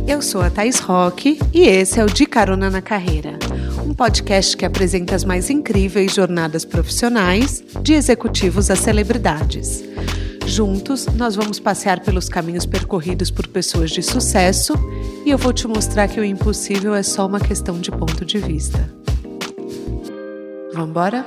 Eu sou a Thaís Roque e esse é o De Carona na Carreira, um podcast que apresenta as mais incríveis jornadas profissionais, de executivos a celebridades. Juntos, nós vamos passear pelos caminhos percorridos por pessoas de sucesso e eu vou te mostrar que o impossível é só uma questão de ponto de vista. Vamos embora?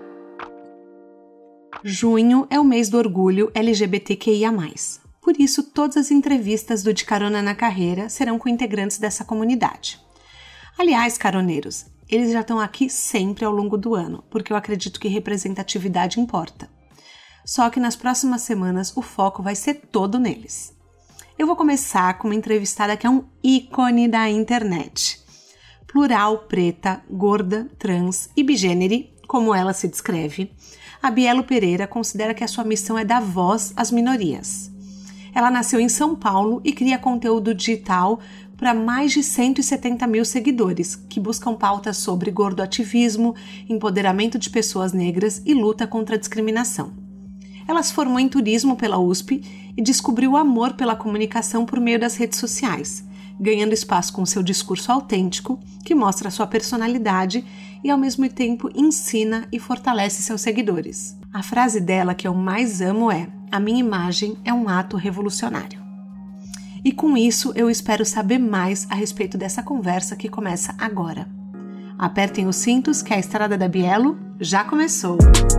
Junho é o mês do orgulho LGBTQIA+. Por isso, todas as entrevistas do De Carona na Carreira serão com integrantes dessa comunidade. Aliás, caroneiros, eles já estão aqui sempre ao longo do ano, porque eu acredito que representatividade importa. Só que nas próximas semanas o foco vai ser todo neles. Eu vou começar com uma entrevistada que é um ícone da internet. Plural, preta, gorda, trans e bigênere, como ela se descreve, a Bielo Pereira considera que a sua missão é dar voz às minorias. Ela nasceu em São Paulo e cria conteúdo digital para mais de 170 mil seguidores, que buscam pautas sobre gordoativismo, empoderamento de pessoas negras e luta contra a discriminação. Ela se formou em turismo pela USP e descobriu o amor pela comunicação por meio das redes sociais, ganhando espaço com seu discurso autêntico, que mostra sua personalidade e ao mesmo tempo ensina e fortalece seus seguidores. A frase dela que eu mais amo é: "A minha imagem é um ato revolucionário". E com isso eu espero saber mais a respeito dessa conversa que começa agora. Apertem os cintos que a estrada da Bielo já começou.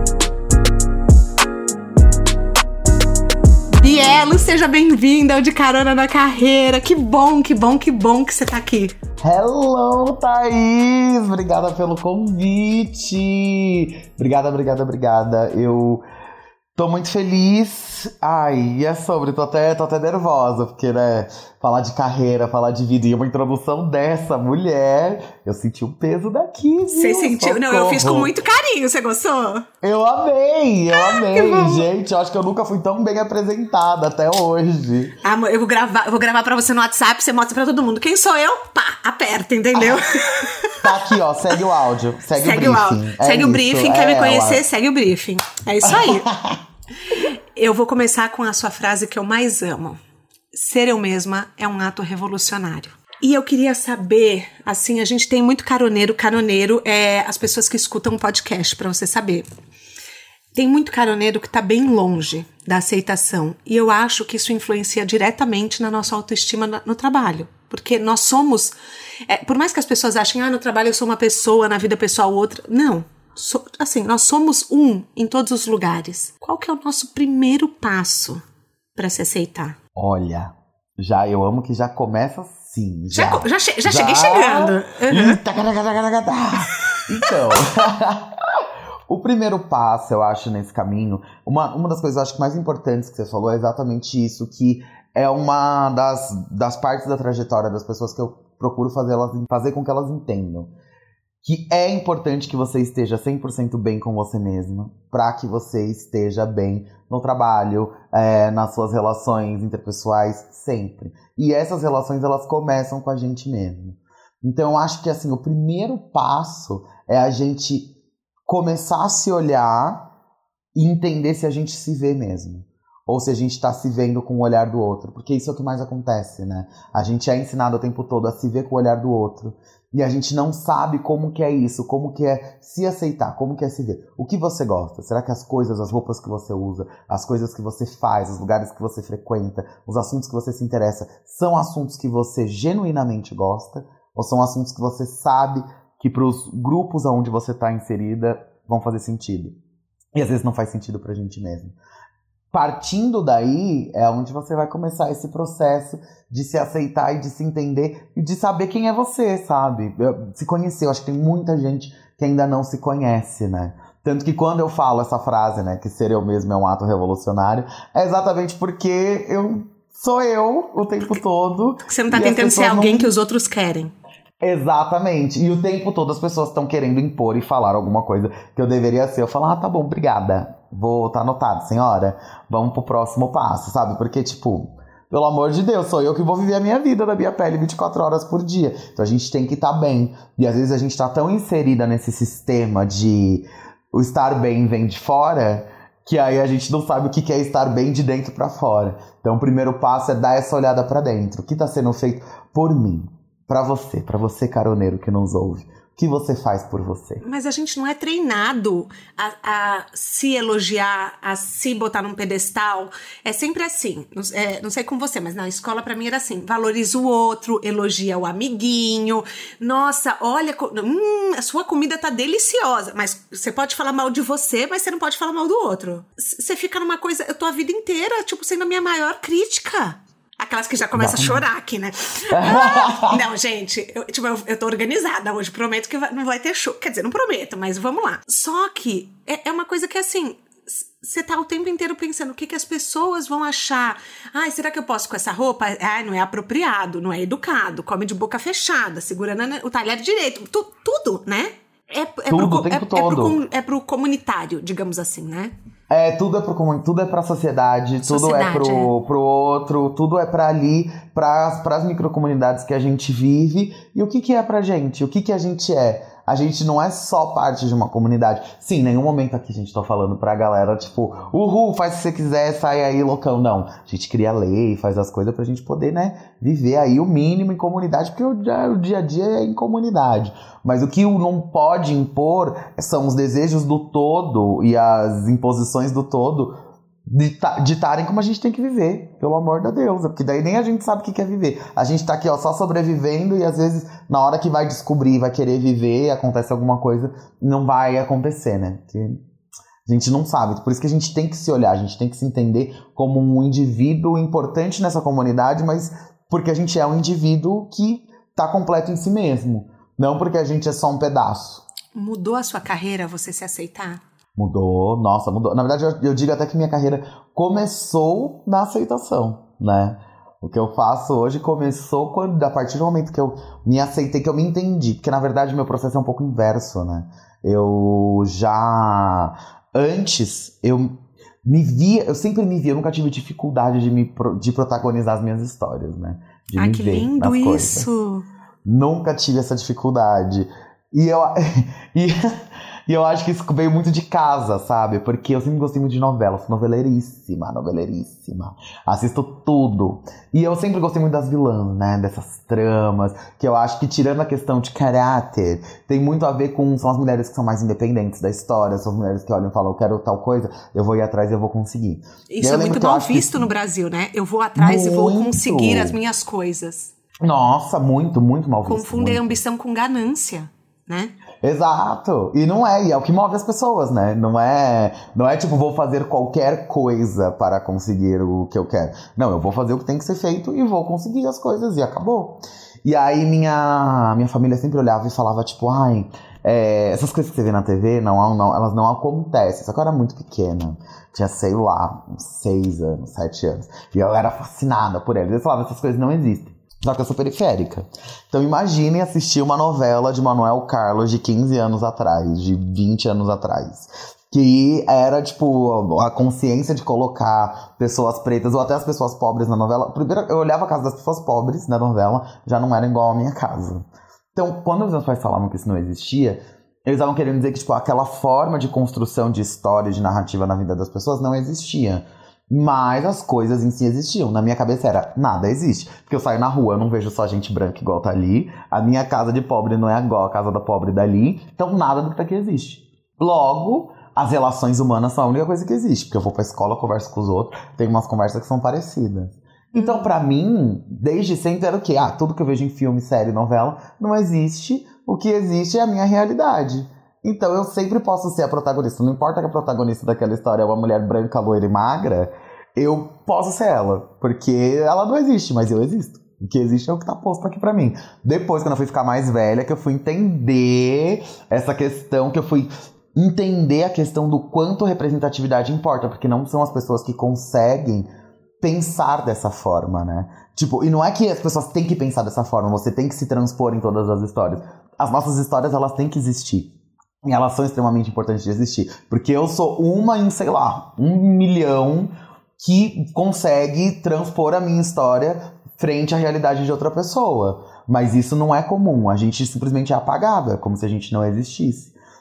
Bielo, seja bem-vinda ao De Carona na Carreira. Que bom que você tá aqui. Hello, Thaís! Obrigada pelo convite! Obrigada. Eu tô muito feliz. Ai, e é sobre, tô até nervosa, porque, né, falar de carreira, falar de vida e uma introdução dessa mulher, eu senti um peso daqui, viu? Você sentiu? Socorro. Não, eu fiz com muito carinho, você gostou? Eu amei, gente, eu acho que eu nunca fui tão bem apresentada até hoje. Amor, eu vou gravar pra você no WhatsApp, você mostra pra todo mundo. Quem sou eu? Pá, aperta, entendeu? Tá aqui, ó, segue o áudio, segue o briefing. Segue o briefing, quer me conhecer? Segue o briefing. É isso aí. Eu vou começar com a sua frase que eu mais amo. Ser eu mesma é um ato revolucionário. E eu queria saber, assim, a gente tem muito caroneiro é as pessoas que escutam um podcast, pra você saber. Tem muito caroneiro que tá bem longe da aceitação. E eu acho que isso influencia diretamente na nossa autoestima no trabalho. Porque nós somos... por mais que as pessoas achem, no trabalho eu sou uma pessoa, na vida pessoal outra. Não. Nós somos um em todos os lugares. Qual que é o nosso primeiro passo para se aceitar? Olha, eu amo que já começa assim. Já cheguei chegando. Uhum. Então, o primeiro passo, eu acho, nesse caminho, uma das coisas, eu acho, que mais importantes que você falou é exatamente isso, que é uma das partes da trajetória das pessoas que eu procuro fazer com que elas entendam. Que é importante que você esteja 100% bem com você mesma, para que você esteja bem no trabalho, nas suas relações interpessoais, sempre. E essas relações, elas começam com a gente mesmo. Então, eu acho que, assim, o primeiro passo é a gente começar a se olhar e entender se a gente se vê mesmo. Ou se a gente tá se vendo com o olhar do outro. Porque isso é o que mais acontece, né? A gente é ensinado o tempo todo a se ver com o olhar do outro. E a gente não sabe como que é isso, como que é se aceitar, como que é se ver. O que você gosta? Será que as coisas, as roupas que você usa, as coisas que você faz, os lugares que você frequenta, os assuntos que você se interessa, são assuntos que você genuinamente gosta? Ou são assuntos que você sabe que pros grupos onde você tá inserida vão fazer sentido? E às vezes não faz sentido pra gente mesmo. Partindo daí, é onde você vai começar esse processo de se aceitar e de se entender e de saber quem é você, sabe? Se conhecer. Eu acho que tem muita gente que ainda não se conhece, né? Tanto que quando eu falo essa frase, né, que ser eu mesmo é um ato revolucionário, é exatamente porque sou eu o tempo todo. Você não tá tentando ser alguém que os outros querem. Exatamente. E o tempo todo as pessoas estão querendo impor e falar alguma coisa que eu deveria ser. Eu falo, tá bom, obrigada. Tá anotado, senhora. Vamos pro próximo passo, sabe? Porque, tipo, pelo amor de Deus, sou eu que vou viver a minha vida na minha pele 24 horas por dia. Então a gente tem que estar bem. E às vezes a gente tá tão inserida nesse sistema de o estar bem vem de fora, que aí a gente não sabe o que é estar bem de dentro pra fora. Então o primeiro passo é dar essa olhada pra dentro. O que tá sendo feito por mim, pra você caroneiro que nos ouve. O que você faz por você? Mas a gente não é treinado a se elogiar, a se botar num pedestal. É sempre assim. Não sei com você, mas na escola pra mim era assim. Valoriza o outro, elogia o amiguinho. Nossa, olha, a sua comida tá deliciosa. Mas você pode falar mal de você, mas você não pode falar mal do outro. Você fica numa coisa... Eu tô a vida inteira, tipo, sendo a minha maior crítica. Aquelas que já começam a chorar aqui, né? Não, gente, eu tô organizada hoje. Prometo que não vai ter show. Quer dizer, não prometo, mas vamos lá. Só que é uma coisa que, assim, você tá o tempo inteiro pensando o que as pessoas vão achar. Ai, será que eu posso com essa roupa? Ai, não é apropriado, não é educado, come de boca fechada, segurando o talher direito. Tudo, né? Tudo, o tempo todo. É pro comunitário, digamos assim, né? Tudo é pra sociedade, tudo é pro outro, tudo é pra ali, pras microcomunidades que a gente vive. E o que é pra gente? O que a gente é? A gente não é só parte de uma comunidade. Sim, em nenhum momento aqui a gente tá falando pra galera, tipo, uhul, faz o que você quiser, sai aí, loucão. Não, a gente cria lei, faz as coisas pra gente poder, né, viver aí o mínimo em comunidade, porque o dia a dia é em comunidade. Mas o que não pode impor são os desejos do todo e as imposições do todo ditarem como a gente tem que viver, pelo amor da deusa, porque daí nem a gente sabe o que é viver. A gente tá aqui, ó, só sobrevivendo, e às vezes, na hora que vai descobrir, vai querer viver, acontece alguma coisa, não vai acontecer, né? Porque a gente não sabe. Por isso que a gente tem que se olhar, a gente tem que se entender como um indivíduo importante nessa comunidade, mas porque a gente é um indivíduo que tá completo em si mesmo, não porque a gente é só um pedaço. Mudou a sua carreira você se aceitar? Mudou, nossa, mudou. Na verdade, eu digo até que minha carreira começou na aceitação, né? O que eu faço hoje começou a partir do momento que eu me aceitei, que eu me entendi. Porque, na verdade, meu processo é um pouco inverso, né? Antes, eu sempre me via, eu nunca tive dificuldade de protagonizar as minhas histórias, né? De me que ver lindo nas isso! Coisas. Nunca tive essa dificuldade. E eu acho que isso veio muito de casa, sabe? Porque eu sempre gostei muito de novela, sou noveleiríssima. Assisto tudo. E eu sempre gostei muito das vilãs, né? Dessas tramas, que eu acho que, tirando a questão de caráter, tem muito a ver com... São as mulheres que são mais independentes da história, são as mulheres que olham e falam, eu quero tal coisa, eu vou ir atrás e eu vou conseguir. Isso é muito mal visto no Brasil, né? Eu vou atrás e vou conseguir as minhas coisas. Nossa, muito, muito mal visto. Confundem ambição com ganância, né? Exato, e é o que move as pessoas, né? Não é tipo, vou fazer qualquer coisa para conseguir o que eu quero. Não, eu vou fazer o que tem que ser feito e vou conseguir as coisas e acabou. E aí minha família sempre olhava e falava, tipo, essas coisas que você vê na TV, elas não acontecem. Só que eu era muito pequena, tinha, sei lá, uns 6 anos, 7 anos. E eu era fascinada por eles. Eles falavam, essas coisas não existem. Só que eu sou periférica. Então imaginem assistir uma novela de Manuel Carlos de 15 anos atrás, de 20 anos atrás. Que era, tipo, a consciência de colocar pessoas pretas ou até as pessoas pobres na novela. Primeiro, eu olhava a casa das pessoas pobres na novela, já não era igual a minha casa. Então, quando os meus pais falavam que isso não existia, eles estavam querendo dizer que, tipo, aquela forma de construção de história, de narrativa na vida das pessoas não existia. Mas as coisas em si existiam. Na minha cabeça era, nada existe. Porque eu saio na rua, eu não vejo só gente branca igual tá ali. A minha casa de pobre não é igual a casa da pobre dali. Então nada do que tá aqui existe. Logo, as relações humanas são a única coisa que existe. Porque eu vou pra escola, converso com os outros, tem umas conversas que são parecidas. Então, pra mim, desde sempre era o quê? Tudo que eu vejo em filme, série, novela, não existe. O que existe é a minha realidade. Então eu sempre posso ser a protagonista. Não importa que a protagonista daquela história é uma mulher branca, loira e magra, eu posso ser ela. Porque ela não existe, mas eu existo. O que existe é o que tá posto aqui pra mim. Depois, quando eu fui ficar mais velha, que eu fui entender essa questão, que eu fui entender a questão do quanto representatividade importa. Porque não são as pessoas que conseguem pensar dessa forma, né? Tipo, e não é que as pessoas têm que pensar dessa forma, você tem que se transpor em todas as histórias. As nossas histórias, elas têm que existir. E elas são extremamente importantes de existir. Porque eu sou uma em, sei lá, 1 milhão que consegue transpor a minha história frente à realidade de outra pessoa. Mas isso não é comum. A gente simplesmente é apagado. É como se a gente não existisse.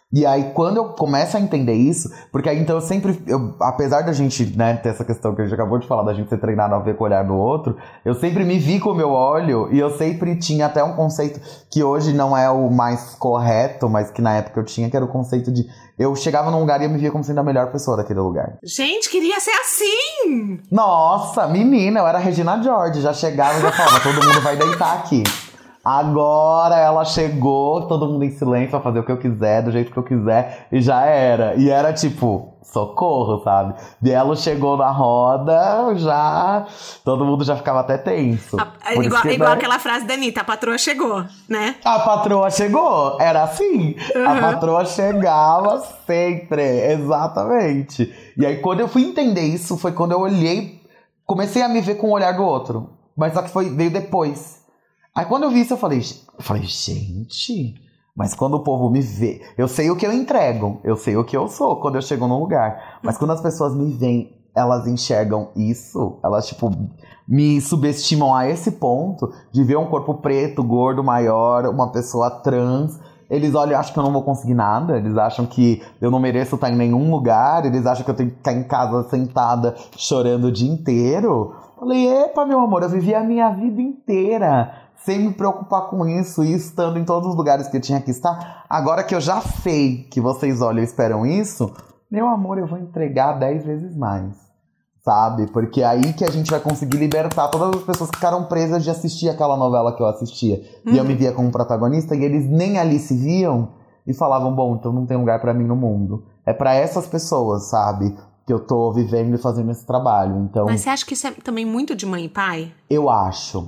E aí, quando eu começo a entender isso, porque aí então apesar da gente, né, ter essa questão que a gente acabou de falar, da gente ser treinado a ver com o olhar do outro, eu sempre me vi com o meu olho, e eu sempre tinha até um conceito que hoje não é o mais correto, mas que na época eu tinha, que era o conceito de... Eu chegava num lugar e eu me via como sendo a melhor pessoa daquele lugar. Gente, queria ser assim! Nossa, menina, eu era a Regina George, já chegava e já falava, todo mundo vai deitar aqui. Agora ela chegou, todo mundo em silêncio, vai fazer o que eu quiser, do jeito que eu quiser, e já era. E era tipo, socorro, sabe? Bielo chegou na roda, já... Todo mundo já ficava até tenso. Igual aquela frase da Anitta, a patroa chegou, né? A patroa chegou, era assim. A patroa chegava sempre, exatamente. E aí quando eu fui entender isso, foi quando eu olhei, comecei a me ver com o olhar do outro. Mas só que veio depois. Aí quando eu vi isso, eu falei, gente, mas quando o povo me vê, eu sei o que eu entrego, eu sei o que eu sou quando eu chego num lugar. Mas quando as pessoas me veem, elas enxergam isso, elas, tipo, me subestimam a esse ponto de ver um corpo preto, gordo, maior, uma pessoa trans. Eles olham e acham que eu não vou conseguir nada, eles acham que eu não mereço estar em nenhum lugar, eles acham que eu tenho que ficar em casa sentada chorando o dia inteiro. Falei, epa, meu amor, eu vivi a minha vida inteira sem me preocupar com isso e estando em todos os lugares que eu tinha que estar. Agora que eu já sei que vocês olham e esperam isso, meu amor, eu vou entregar 10 vezes mais, sabe? Porque é aí que a gente vai conseguir libertar todas as pessoas que ficaram presas de assistir aquela novela que eu assistia. E eu me via como protagonista e eles nem ali se viam e falavam, bom, então não tem lugar pra mim no mundo. É pra essas pessoas, sabe? Que eu tô vivendo e fazendo esse trabalho. Então, mas você acha que isso é também muito de mãe e pai? Eu acho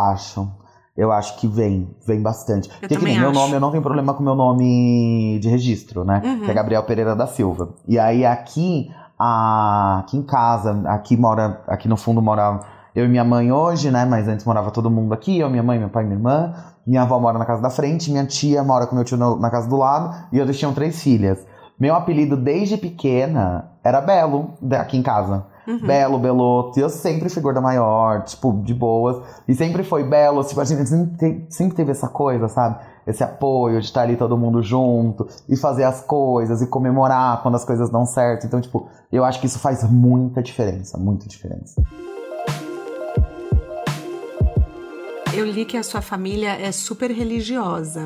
que vem bastante. Porque que nem acho. Meu nome, eu não tenho problema com meu nome de registro, né? Que é Gabriel Pereira da Silva. E aí aqui em casa, aqui no fundo mora eu e minha mãe hoje, né? Mas antes morava todo mundo aqui, eu, minha mãe, meu pai e minha irmã. Minha avó mora na casa da frente, minha tia mora com meu tio na casa do lado, e eles tinham 3 filhas. Meu apelido desde pequena era Belo, aqui em casa. Belo, Beloto, e eu sempre fui gorda maior, tipo, de boas, e sempre foi Belo, tipo, a gente sempre teve essa coisa, sabe? Esse apoio de estar ali todo mundo junto, e fazer as coisas, e comemorar quando as coisas dão certo. Então, tipo, eu acho que isso faz muita diferença, muita diferença. Eu li que a sua família é super religiosa.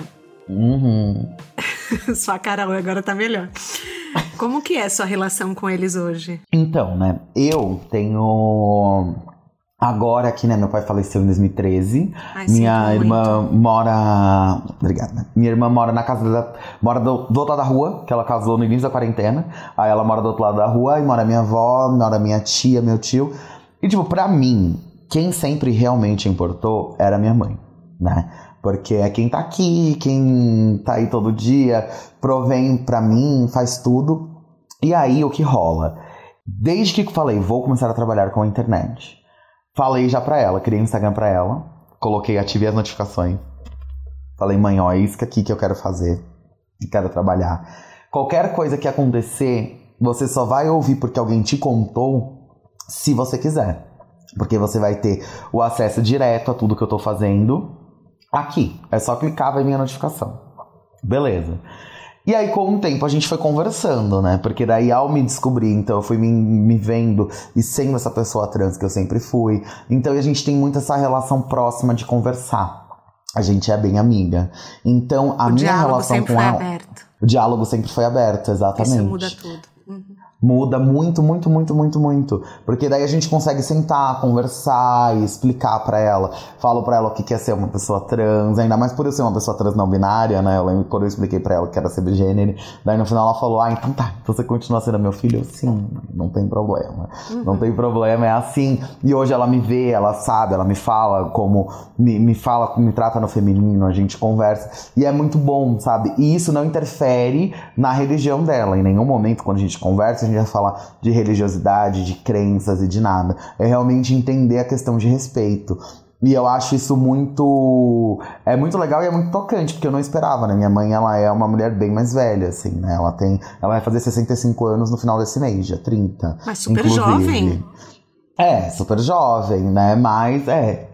Sua cara agora tá melhor. Como que é sua relação com eles hoje? Então, né, eu tenho... Agora aqui, né, meu pai faleceu em 2013. Minha irmã mora... Obrigada. Minha irmã mora na casa mora do outro lado da rua, que ela casou no início da quarentena. Aí ela mora do outro lado da rua, e mora minha avó, mora minha tia, meu tio. E, tipo, pra mim, quem sempre realmente importou era minha mãe, né? Porque é quem tá aqui, quem tá aí todo dia, provém pra mim, faz tudo. E aí, o que rola? Desde que falei, vou começar a trabalhar com a internet. Falei já pra ela, criei um Instagram pra ela. Coloquei, ativei as notificações. Falei, mãe, ó, é isso aqui que eu quero fazer. Que quero trabalhar. Qualquer coisa que acontecer, você só vai ouvir porque alguém te contou, se você quiser. Porque você vai ter o acesso direto a tudo que eu tô fazendo aqui. É só clicar, vai vir a notificação. Beleza. E aí, com o tempo, a gente foi conversando, né? Porque daí, ao me descobrir, então, eu fui me vendo e sendo essa pessoa trans que eu sempre fui. Então, a gente tem muito essa relação próxima de conversar. A gente é bem amiga. Então, a minha relação com ela... O diálogo sempre foi aberto, exatamente. Isso muda tudo. Muda muito, muito, muito, muito, muito. Porque daí a gente consegue sentar, conversar e explicar pra ela. Falo pra ela o que é ser uma pessoa trans. Ainda mais por eu ser uma pessoa trans não binária, né? Eu lembro quando eu expliquei pra ela que era ser gênero. Daí no final ela falou, então tá, então você continua sendo meu filho? Eu, sim, não tem problema. Não tem problema, é assim. E hoje ela me vê, ela sabe, ela me fala como... Me fala como me trata no feminino, a gente conversa. E é muito bom, sabe? E isso não interfere na religião dela. Em nenhum momento, quando a gente conversa, a gente vai falar de religiosidade, de crenças e de nada. É realmente entender a questão de respeito. E eu acho isso muito... É muito legal e é muito tocante, porque eu não esperava, né? Minha mãe, ela é uma mulher bem mais velha, assim, né? Ela vai fazer 65 anos no final desse mês, dia 30. Mas super jovem. É, super jovem, né? Mas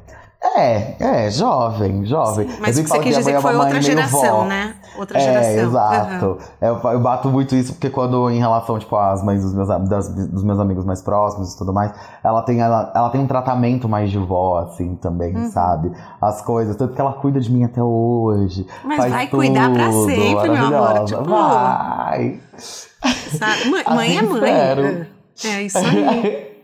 Jovem. Sim, mas você quis dizer que foi outra geração, né? Outra geração. Exato. Uhum. Eu bato muito isso porque quando, em relação, tipo, às mães dos meus amigos mais próximos e tudo mais, ela tem um tratamento mais de vó, assim, também, sabe? As coisas, tanto que ela cuida de mim até hoje. Mas vai cuidar pra sempre, meu amor. Tipo, vai! Sabe? Mãe assim é mãe. Espero. É isso aí.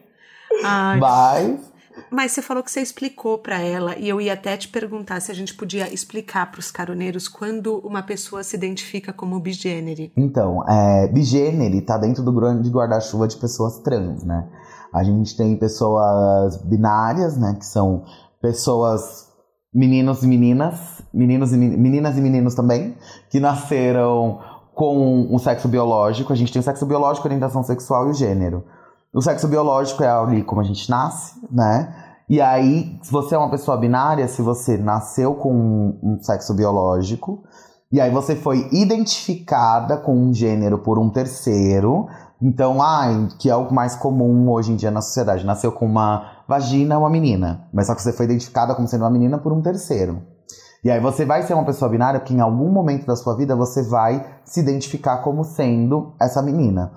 Ai. Mas você falou que você explicou pra ela, e eu ia até te perguntar se a gente podia explicar pros caroneiros quando uma pessoa se identifica como bigênere. Então, bigênere tá dentro do grande guarda-chuva de pessoas trans, né? A gente tem pessoas binárias, né? Que são pessoas meninos e meninas, meninas e meninos também, que nasceram com o sexo biológico. A gente tem o sexo biológico, a orientação sexual e o gênero. O sexo biológico é ali como a gente nasce, né? E aí, se você é uma pessoa binária, se você nasceu com um sexo biológico, e aí você foi identificada com um gênero por um terceiro, então, que é o mais comum hoje em dia na sociedade, nasceu com uma vagina, uma menina, mas só que você foi identificada como sendo uma menina por um terceiro. E aí você vai ser uma pessoa binária porque em algum momento da sua vida você vai se identificar como sendo essa menina.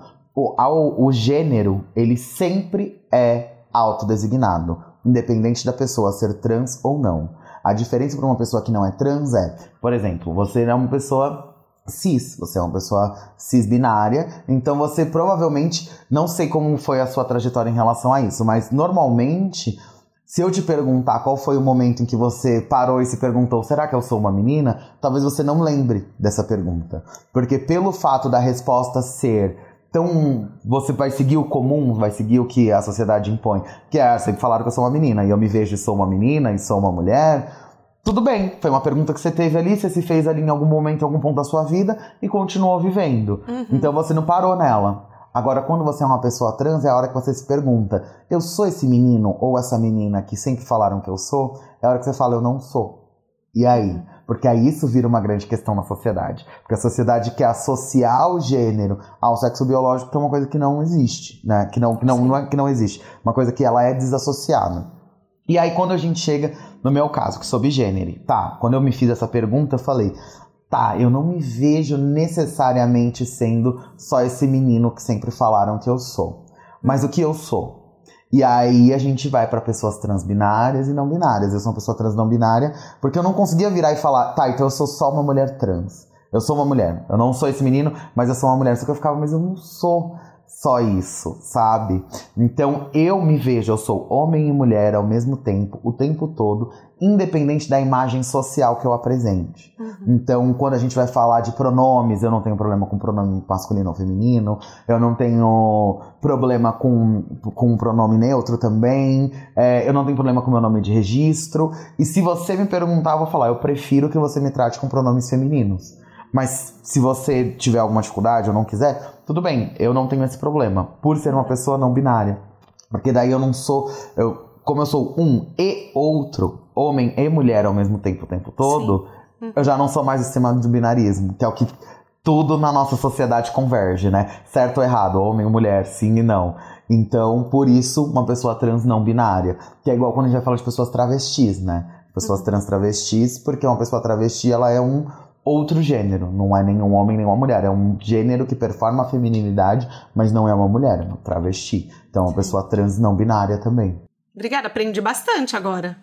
O gênero, ele sempre é autodesignado, independente da pessoa ser trans ou não. A diferença para uma pessoa que não é trans por exemplo, você é uma pessoa cis, você é uma pessoa cis-binária, então você provavelmente, não sei como foi a sua trajetória em relação a isso, mas normalmente, se eu te perguntar qual foi o momento em que você parou e se perguntou, será que eu sou uma menina? Talvez você não lembre dessa pergunta, porque pelo fato da resposta ser... Então, você vai seguir o comum, vai seguir o que a sociedade impõe. Que sempre falaram que eu sou uma menina, e eu me vejo e sou uma menina, e sou uma mulher. Tudo bem, foi uma pergunta que você teve ali, você se fez ali em algum momento, em algum ponto da sua vida, e continuou vivendo. Então, você não parou nela. Agora, quando você é uma pessoa trans, é a hora que você se pergunta, eu sou esse menino ou essa menina que sempre falaram que eu sou? É a hora que você fala, eu não sou. E aí? Porque aí isso vira uma grande questão na sociedade. Porque a sociedade quer associar o gênero ao sexo biológico, que é uma coisa que não existe, né? Não é que não existe. Uma coisa que ela é desassociada. E aí quando a gente chega, no meu caso, que sou bigênere, quando eu me fiz essa pergunta, eu falei, eu não me vejo necessariamente sendo só esse menino que sempre falaram que eu sou. Mas o que eu sou? E aí a gente vai pra pessoas transbinárias e não binárias. Eu sou uma pessoa trans não binária porque eu não conseguia virar e falar, então eu sou só uma mulher trans. Eu sou uma mulher. Eu não sou esse menino, mas eu sou uma mulher. Só que eu ficava, mas eu não sou só isso, sabe? Então eu me vejo, eu sou homem e mulher ao mesmo tempo, o tempo todo, independente da imagem social que eu apresente. Então, quando a gente vai falar de pronomes, eu não tenho problema com pronome masculino ou feminino, eu não tenho problema com um pronome neutro também, eu não tenho problema com meu nome de registro, e se você me perguntar, eu vou falar, eu prefiro que você me trate com pronomes femininos. Mas se você tiver alguma dificuldade ou não quiser, tudo bem, eu não tenho esse problema, por ser uma pessoa não binária. Porque daí eu não sou... como eu sou um e outro, homem e mulher ao mesmo tempo, o tempo todo, eu já não sou mais o sistema de binarismo, que é o que tudo na nossa sociedade converge, né? Certo ou errado, homem ou mulher, sim e não. Então, por isso, uma pessoa trans não binária. Que é igual quando a gente vai falar de pessoas travestis, né? Pessoas trans travestis, porque uma pessoa travesti, ela é um outro gênero, não é nenhum homem nem uma mulher, é um gênero que performa a feminilidade, mas não é uma mulher, é uma travesti. Então é uma pessoa trans não binária também. Obrigada, aprendi bastante agora.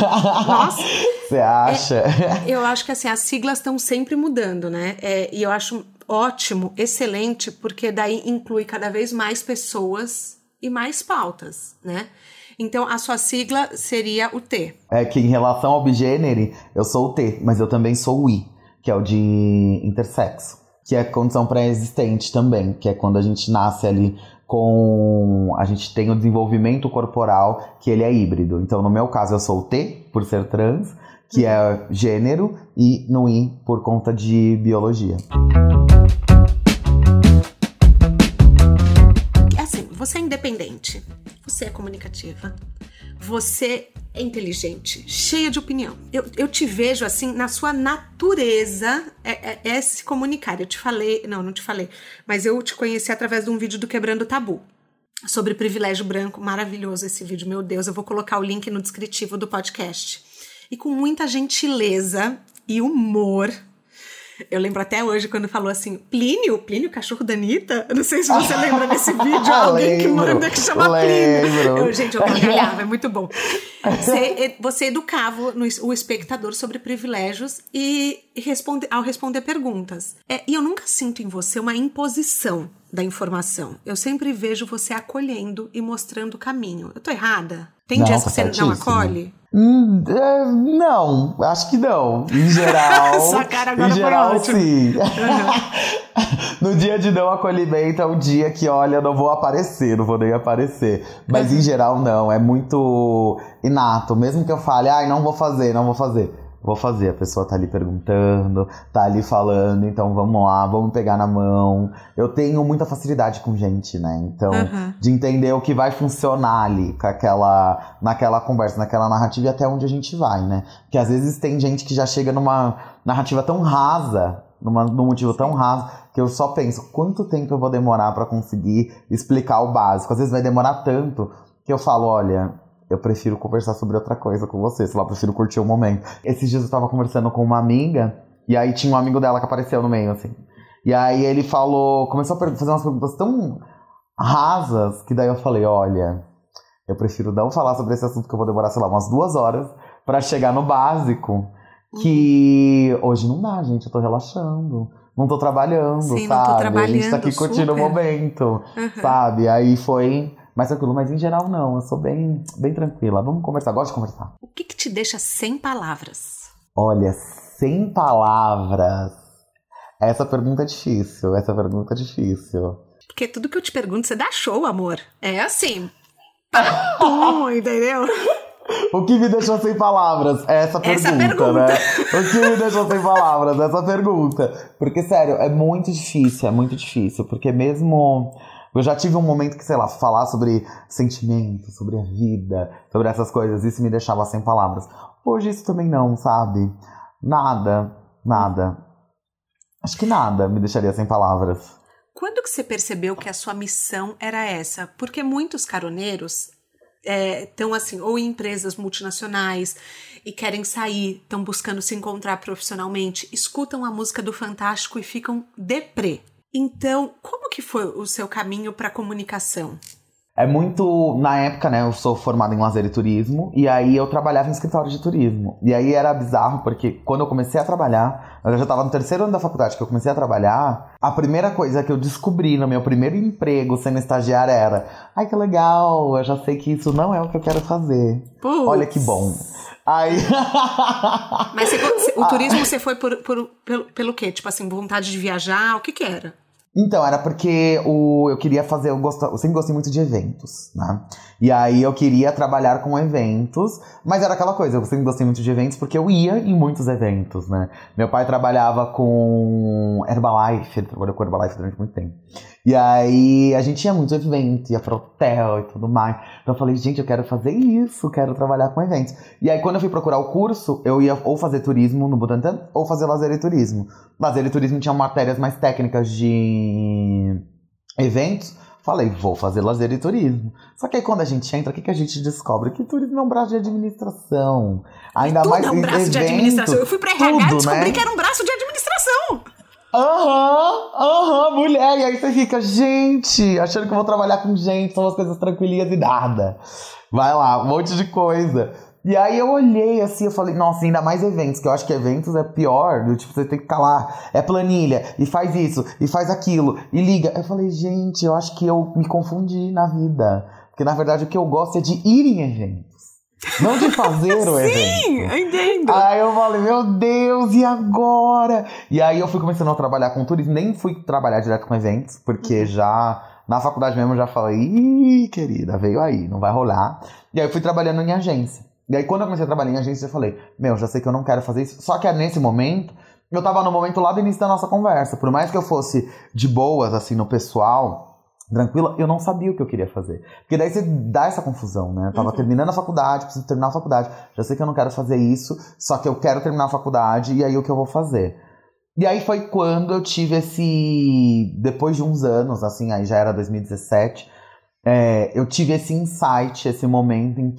Nossa! Você acha? Eu acho que assim, as siglas estão sempre mudando, né? E eu acho ótimo, excelente, porque daí inclui cada vez mais pessoas e mais pautas, né? Então, a sua sigla seria o T. É que em relação ao bigênere, eu sou o T, mas eu também sou o I, que é o de intersexo, que é condição pré-existente também, que é quando a gente nasce ali a gente tem o desenvolvimento corporal, que ele é híbrido. Então, no meu caso, eu sou o T, por ser trans, que é gênero, e no I, por conta de biologia. Assim, você é independente, você é comunicativa, você é inteligente, cheia de opinião. Eu te vejo assim, na sua natureza é se comunicar. Eu te falei, não te falei, mas eu te conheci através de um vídeo do Quebrando o Tabu, sobre privilégio branco. Maravilhoso esse vídeo, meu Deus, eu vou colocar o link no descritivo do podcast. e com muita gentileza e humor. Eu lembro até hoje quando falou assim, Plínio, cachorro da Anitta? Eu não sei se você lembra desse vídeo, alguém que manda que chama Plínio. Gente, eu gargalhava, é muito bom. Você educava o espectador sobre privilégios e ao responder perguntas. E eu nunca sinto em você uma imposição da informação. Eu sempre vejo você acolhendo e mostrando o caminho. Eu tô errada? Tem dias que você não acolhe? Não, acho que não. Em geral, sua cara agora em geral, foi sim. No dia de não acolhimento é um dia que, olha, eu não vou aparecer, não vou nem aparecer. Mas em geral, não. É muito inato. Mesmo que eu fale, não vou fazer. Vou fazer, a pessoa tá ali perguntando, tá ali falando, então vamos lá, vamos pegar na mão. Eu tenho muita facilidade com gente, né? Então, de entender o que vai funcionar ali naquela conversa, naquela narrativa e até onde a gente vai, né? Porque às vezes tem gente que já chega numa narrativa tão rasa, num motivo tão raso, que eu só penso, quanto tempo eu vou demorar pra conseguir explicar o básico? Às vezes vai demorar tanto que eu falo, olha, eu prefiro conversar sobre outra coisa com você, sei lá, eu prefiro curtir o momento. Esses dias eu tava conversando com uma amiga, e aí tinha um amigo dela que apareceu no meio, assim. E aí ele começou a fazer umas perguntas tão rasas, que daí eu falei, olha, eu prefiro não falar sobre esse assunto, que eu vou demorar, sei lá, umas 2 horas pra chegar no básico, que hoje não dá, gente, eu tô relaxando. Não tô trabalhando, sim, sabe? Não tô trabalhando, a gente tá aqui curtindo o momento, sabe? Aí foi mais tranquilo, mas em geral não, eu sou bem tranquila. Vamos conversar, gosto de conversar. O que te deixa sem palavras? Olha, sem palavras, essa pergunta é difícil, Porque tudo que eu te pergunto, você dá show, amor. É assim, pum, entendeu? O que me deixou sem palavras? Essa pergunta, né? O que me deixou sem palavras? Essa pergunta. Porque, sério, é muito difícil. Porque mesmo... Eu já tive um momento que, sei lá, falar sobre sentimentos, sobre a vida, sobre essas coisas, isso me deixava sem palavras. Hoje isso também não, sabe? Nada. Acho que nada me deixaria sem palavras. Quando que você percebeu que a sua missão era essa? Porque muitos caroneiros estão assim, ou em empresas multinacionais e querem sair, estão buscando se encontrar profissionalmente, escutam a música do Fantástico e ficam deprê. Então, como que foi o seu caminho para a comunicação? É muito... Na época, né, eu sou formado em lazer e turismo, e aí eu trabalhava em escritório de turismo. E aí era bizarro, porque quando eu comecei a trabalhar, eu já estava no 3º ano da faculdade que eu comecei a trabalhar, a primeira coisa que eu descobri no meu primeiro emprego sendo estagiária era, ai, que legal, eu já sei que isso não é o que eu quero fazer. Putz. Olha que bom. Aí... Mas o turismo você foi pelo quê? Tipo assim, vontade de viajar? O que era? Então, era porque eu queria fazer... Eu sempre gostei muito de eventos, né? E aí eu queria trabalhar com eventos, mas era aquela coisa, eu sempre gostei muito de eventos porque eu ia em muitos eventos, né? Meu pai trabalhava com Herbalife, ele trabalhou com Herbalife durante muito tempo. E aí a gente ia muito evento, ia pro hotel e tudo mais. Então eu falei, gente, eu quero fazer isso, quero trabalhar com eventos. E aí quando eu fui procurar o curso, eu ia ou fazer turismo no Butantã, ou fazer lazer e turismo. Lazer e turismo tinha matérias mais técnicas de eventos. Falei, vou fazer lazer e turismo. Só que aí quando a gente entra, o que a gente descobre? Que turismo é um braço de administração. Ainda mais é um braço evento, de administração. Eu fui pra RH e descobri, né? que era um braço de administração. Mulher. E aí você fica, gente, achando que eu vou trabalhar com gente, são as coisas tranquilinhas e nada. Vai lá, um monte de coisa. E aí eu olhei assim, eu falei, nossa, ainda mais eventos, que eu acho que eventos é pior, tipo, você tem que ficar lá, é planilha, e faz isso, e faz aquilo, e liga. Eu falei, gente, eu acho que eu me confundi na vida. Porque na verdade o que eu gosto é de ir em eventos, não de fazer o evento. Sim, eu entendo. Aí eu falei, meu Deus, e agora? E aí eu fui começando a trabalhar com turismo, nem fui trabalhar direto com eventos, porque já... Na faculdade mesmo eu já falei, ih, querida, veio aí, não vai rolar. E aí eu fui trabalhando em agência. E aí quando eu comecei a trabalhar em agência, eu falei, já sei que eu não quero fazer isso. Só que nesse momento, eu tava no momento lá do início da nossa conversa. Por mais que eu fosse de boas, assim, no pessoal, tranquila, eu não sabia o que eu queria fazer. Porque daí você dá essa confusão, né? Eu tava terminando a faculdade, preciso terminar a faculdade. Já sei que eu não quero fazer isso, só que eu quero terminar a faculdade, e aí o que eu vou fazer? E aí foi quando eu tive depois de uns anos, assim, aí já era 2017, eu tive esse insight, esse momento em que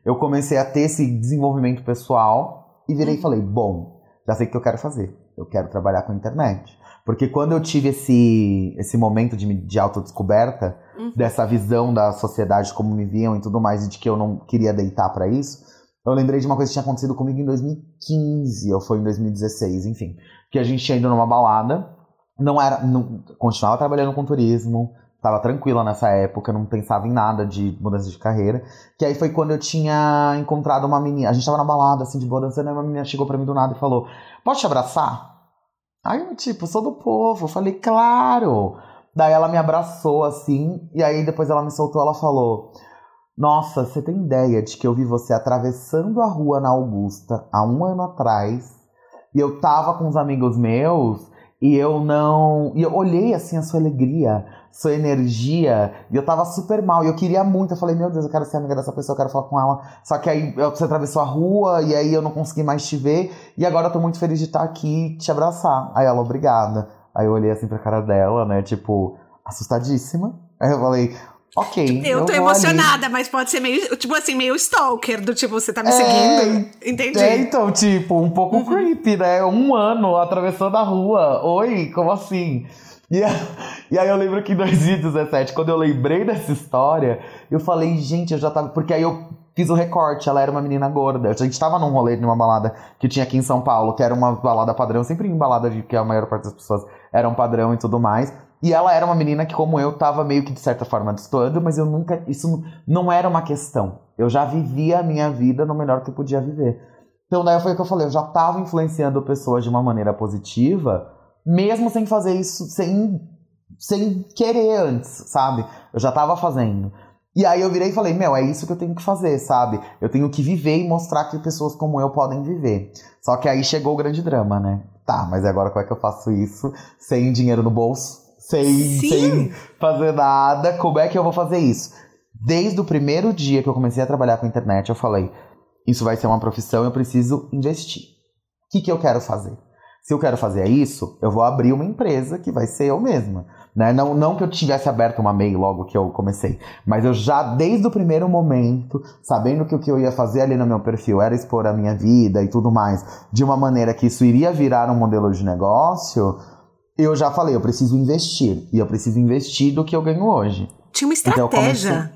eu comecei a ter esse desenvolvimento pessoal e virei e falei, bom, já sei o que eu quero fazer. Eu quero trabalhar com a internet. Porque quando eu tive esse momento de autodescoberta, dessa visão da sociedade, como me viam e tudo mais, e de que eu não queria deitar pra isso, eu lembrei de uma coisa que tinha acontecido comigo em 2015, ou foi em 2016, enfim. Que a gente tinha ido numa balada, continuava trabalhando com turismo, tava tranquila nessa época, não pensava em nada de mudança de carreira. Que aí foi quando eu tinha encontrado uma menina, a gente tava na balada, assim, de boa dançando, e uma menina chegou pra mim do nada e falou, posso te abraçar? Aí eu, tipo, sou do povo, falei, claro. Daí ela me abraçou, assim, e aí depois ela me soltou, ela falou, nossa, você tem ideia de que eu vi você atravessando a rua na Augusta há 1 ano atrás, e eu tava com uns amigos meus, e eu olhei, assim, a sua alegria, sua energia, e eu tava super mal, e eu queria muito, eu falei, meu Deus, eu quero ser amiga dessa pessoa, eu quero falar com ela, só que aí você atravessou a rua, e aí eu não consegui mais te ver, e agora eu tô muito feliz de estar aqui e te abraçar. Aí ela, obrigada. Aí eu olhei assim pra cara dela, né, tipo, assustadíssima. Aí eu falei, ok. Eu tô emocionada, ali. Mas pode ser meio, tipo assim, meio stalker, do tipo, você tá me seguindo. Entendi. Então, tipo, um pouco creepy, né? 1 ano atravessando a rua. Oi, como assim? E aí eu lembro que em 2017, quando eu lembrei dessa história, eu falei, gente, eu já tava... Porque aí eu fiz o recorte, ela era uma menina gorda. A gente tava num rolê, numa balada que tinha aqui em São Paulo, que era uma balada padrão, sempre em balada de que a maior parte das pessoas eram padrão e tudo mais. E ela era uma menina que, como eu, tava meio que de certa forma destoando, mas eu nunca... Isso não era uma questão. Eu já vivia a minha vida no melhor que eu podia viver. Então daí foi o que eu falei, eu já tava influenciando pessoas de uma maneira positiva, mesmo sem fazer isso, sem querer antes, sabe? Eu já tava fazendo. E aí eu virei e falei, é isso que eu tenho que fazer, sabe? Eu tenho que viver e mostrar que pessoas como eu podem viver. Só que aí chegou o grande drama, né? Tá, mas agora como é que eu faço isso sem dinheiro no bolso? Sem fazer nada, como é que eu vou fazer isso? Desde o primeiro dia que eu comecei a trabalhar com a internet, eu falei, isso vai ser uma profissão, eu preciso investir. O que eu quero fazer? Se eu quero fazer isso, eu vou abrir uma empresa que vai ser eu mesma. Né? Não que eu tivesse aberto uma MEI logo que eu comecei, mas eu já, desde o primeiro momento, sabendo que o que eu ia fazer ali no meu perfil era expor a minha vida e tudo mais, de uma maneira que isso iria virar um modelo de negócio, eu já falei, eu preciso investir. E eu preciso investir do que eu ganho hoje. Tinha uma estratégia.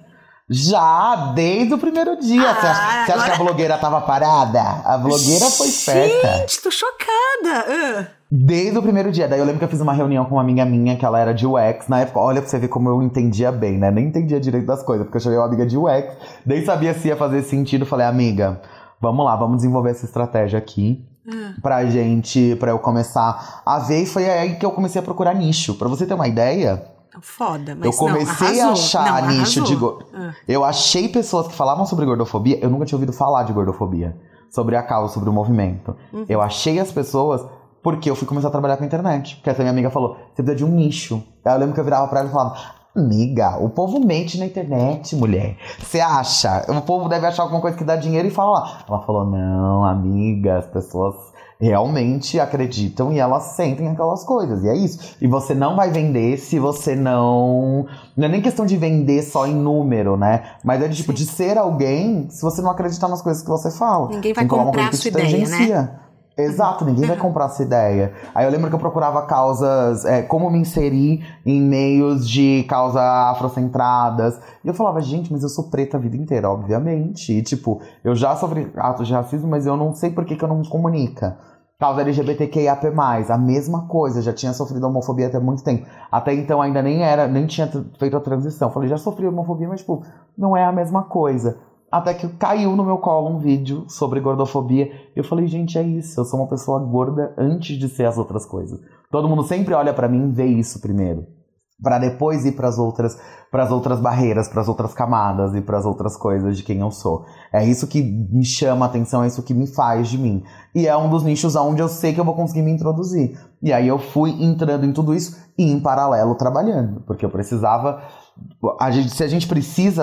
Já, desde o primeiro dia. Você acha que a blogueira tava parada? A blogueira foi esperta. Gente, tô chocada. Desde o primeiro dia. Daí eu lembro que eu fiz uma reunião com uma amiga minha, que ela era de UX. Na época, olha pra você ver como eu entendia bem, né? Nem entendia direito das coisas, porque eu chamei uma amiga de UX. Nem sabia se ia fazer sentido. Falei, amiga, vamos lá, vamos desenvolver essa estratégia aqui. Pra eu começar a ver. E foi aí que eu comecei a procurar nicho. Pra você ter uma ideia... Foda, mas eu comecei a achar nicho de... Eu achei pessoas que falavam sobre gordofobia. Eu nunca tinha ouvido falar de gordofobia. Sobre a causa, sobre o movimento. Eu achei as pessoas porque eu fui começar a trabalhar com a internet. Porque essa minha amiga falou, você precisa de um nicho. Aí eu lembro que eu virava pra ela e falava, amiga, o povo mente na internet, mulher. Você acha? O povo deve achar alguma coisa que dá dinheiro e fala lá. Ela falou, não, amiga, as pessoas... realmente acreditam e elas sentem aquelas coisas, e é isso. E você não vai vender se você não... Não é nem questão de vender só em número, né? Mas é de, tipo, de ser alguém se você não acreditar nas coisas que você fala. Ninguém vai comprar a sua ideia, né? Exato, ninguém vai comprar essa ideia. Aí eu lembro que eu procurava causas, como me inserir em meios de causa afrocentradas. E eu falava, gente, mas eu sou preta a vida inteira, obviamente. E tipo, eu já sofri atos de racismo, mas eu não sei por que eu não me comunica. Causa LGBTQIAP+, a mesma coisa, já tinha sofrido homofobia até muito tempo. Até então ainda nem tinha feito a transição. Falei, já sofri homofobia, mas tipo, não é a mesma coisa. Até que caiu no meu colo um vídeo sobre gordofobia. E eu falei, gente, é isso. Eu sou uma pessoa gorda antes de ser as outras coisas. Todo mundo sempre olha pra mim e vê isso primeiro. Pra depois ir pras outras barreiras, pras outras camadas e pras outras coisas de quem eu sou. É isso que me chama a atenção, é isso que me faz de mim. E é um dos nichos onde eu sei que eu vou conseguir me introduzir. E aí eu fui entrando em tudo isso e em paralelo trabalhando. Porque eu precisava... Se a gente precisa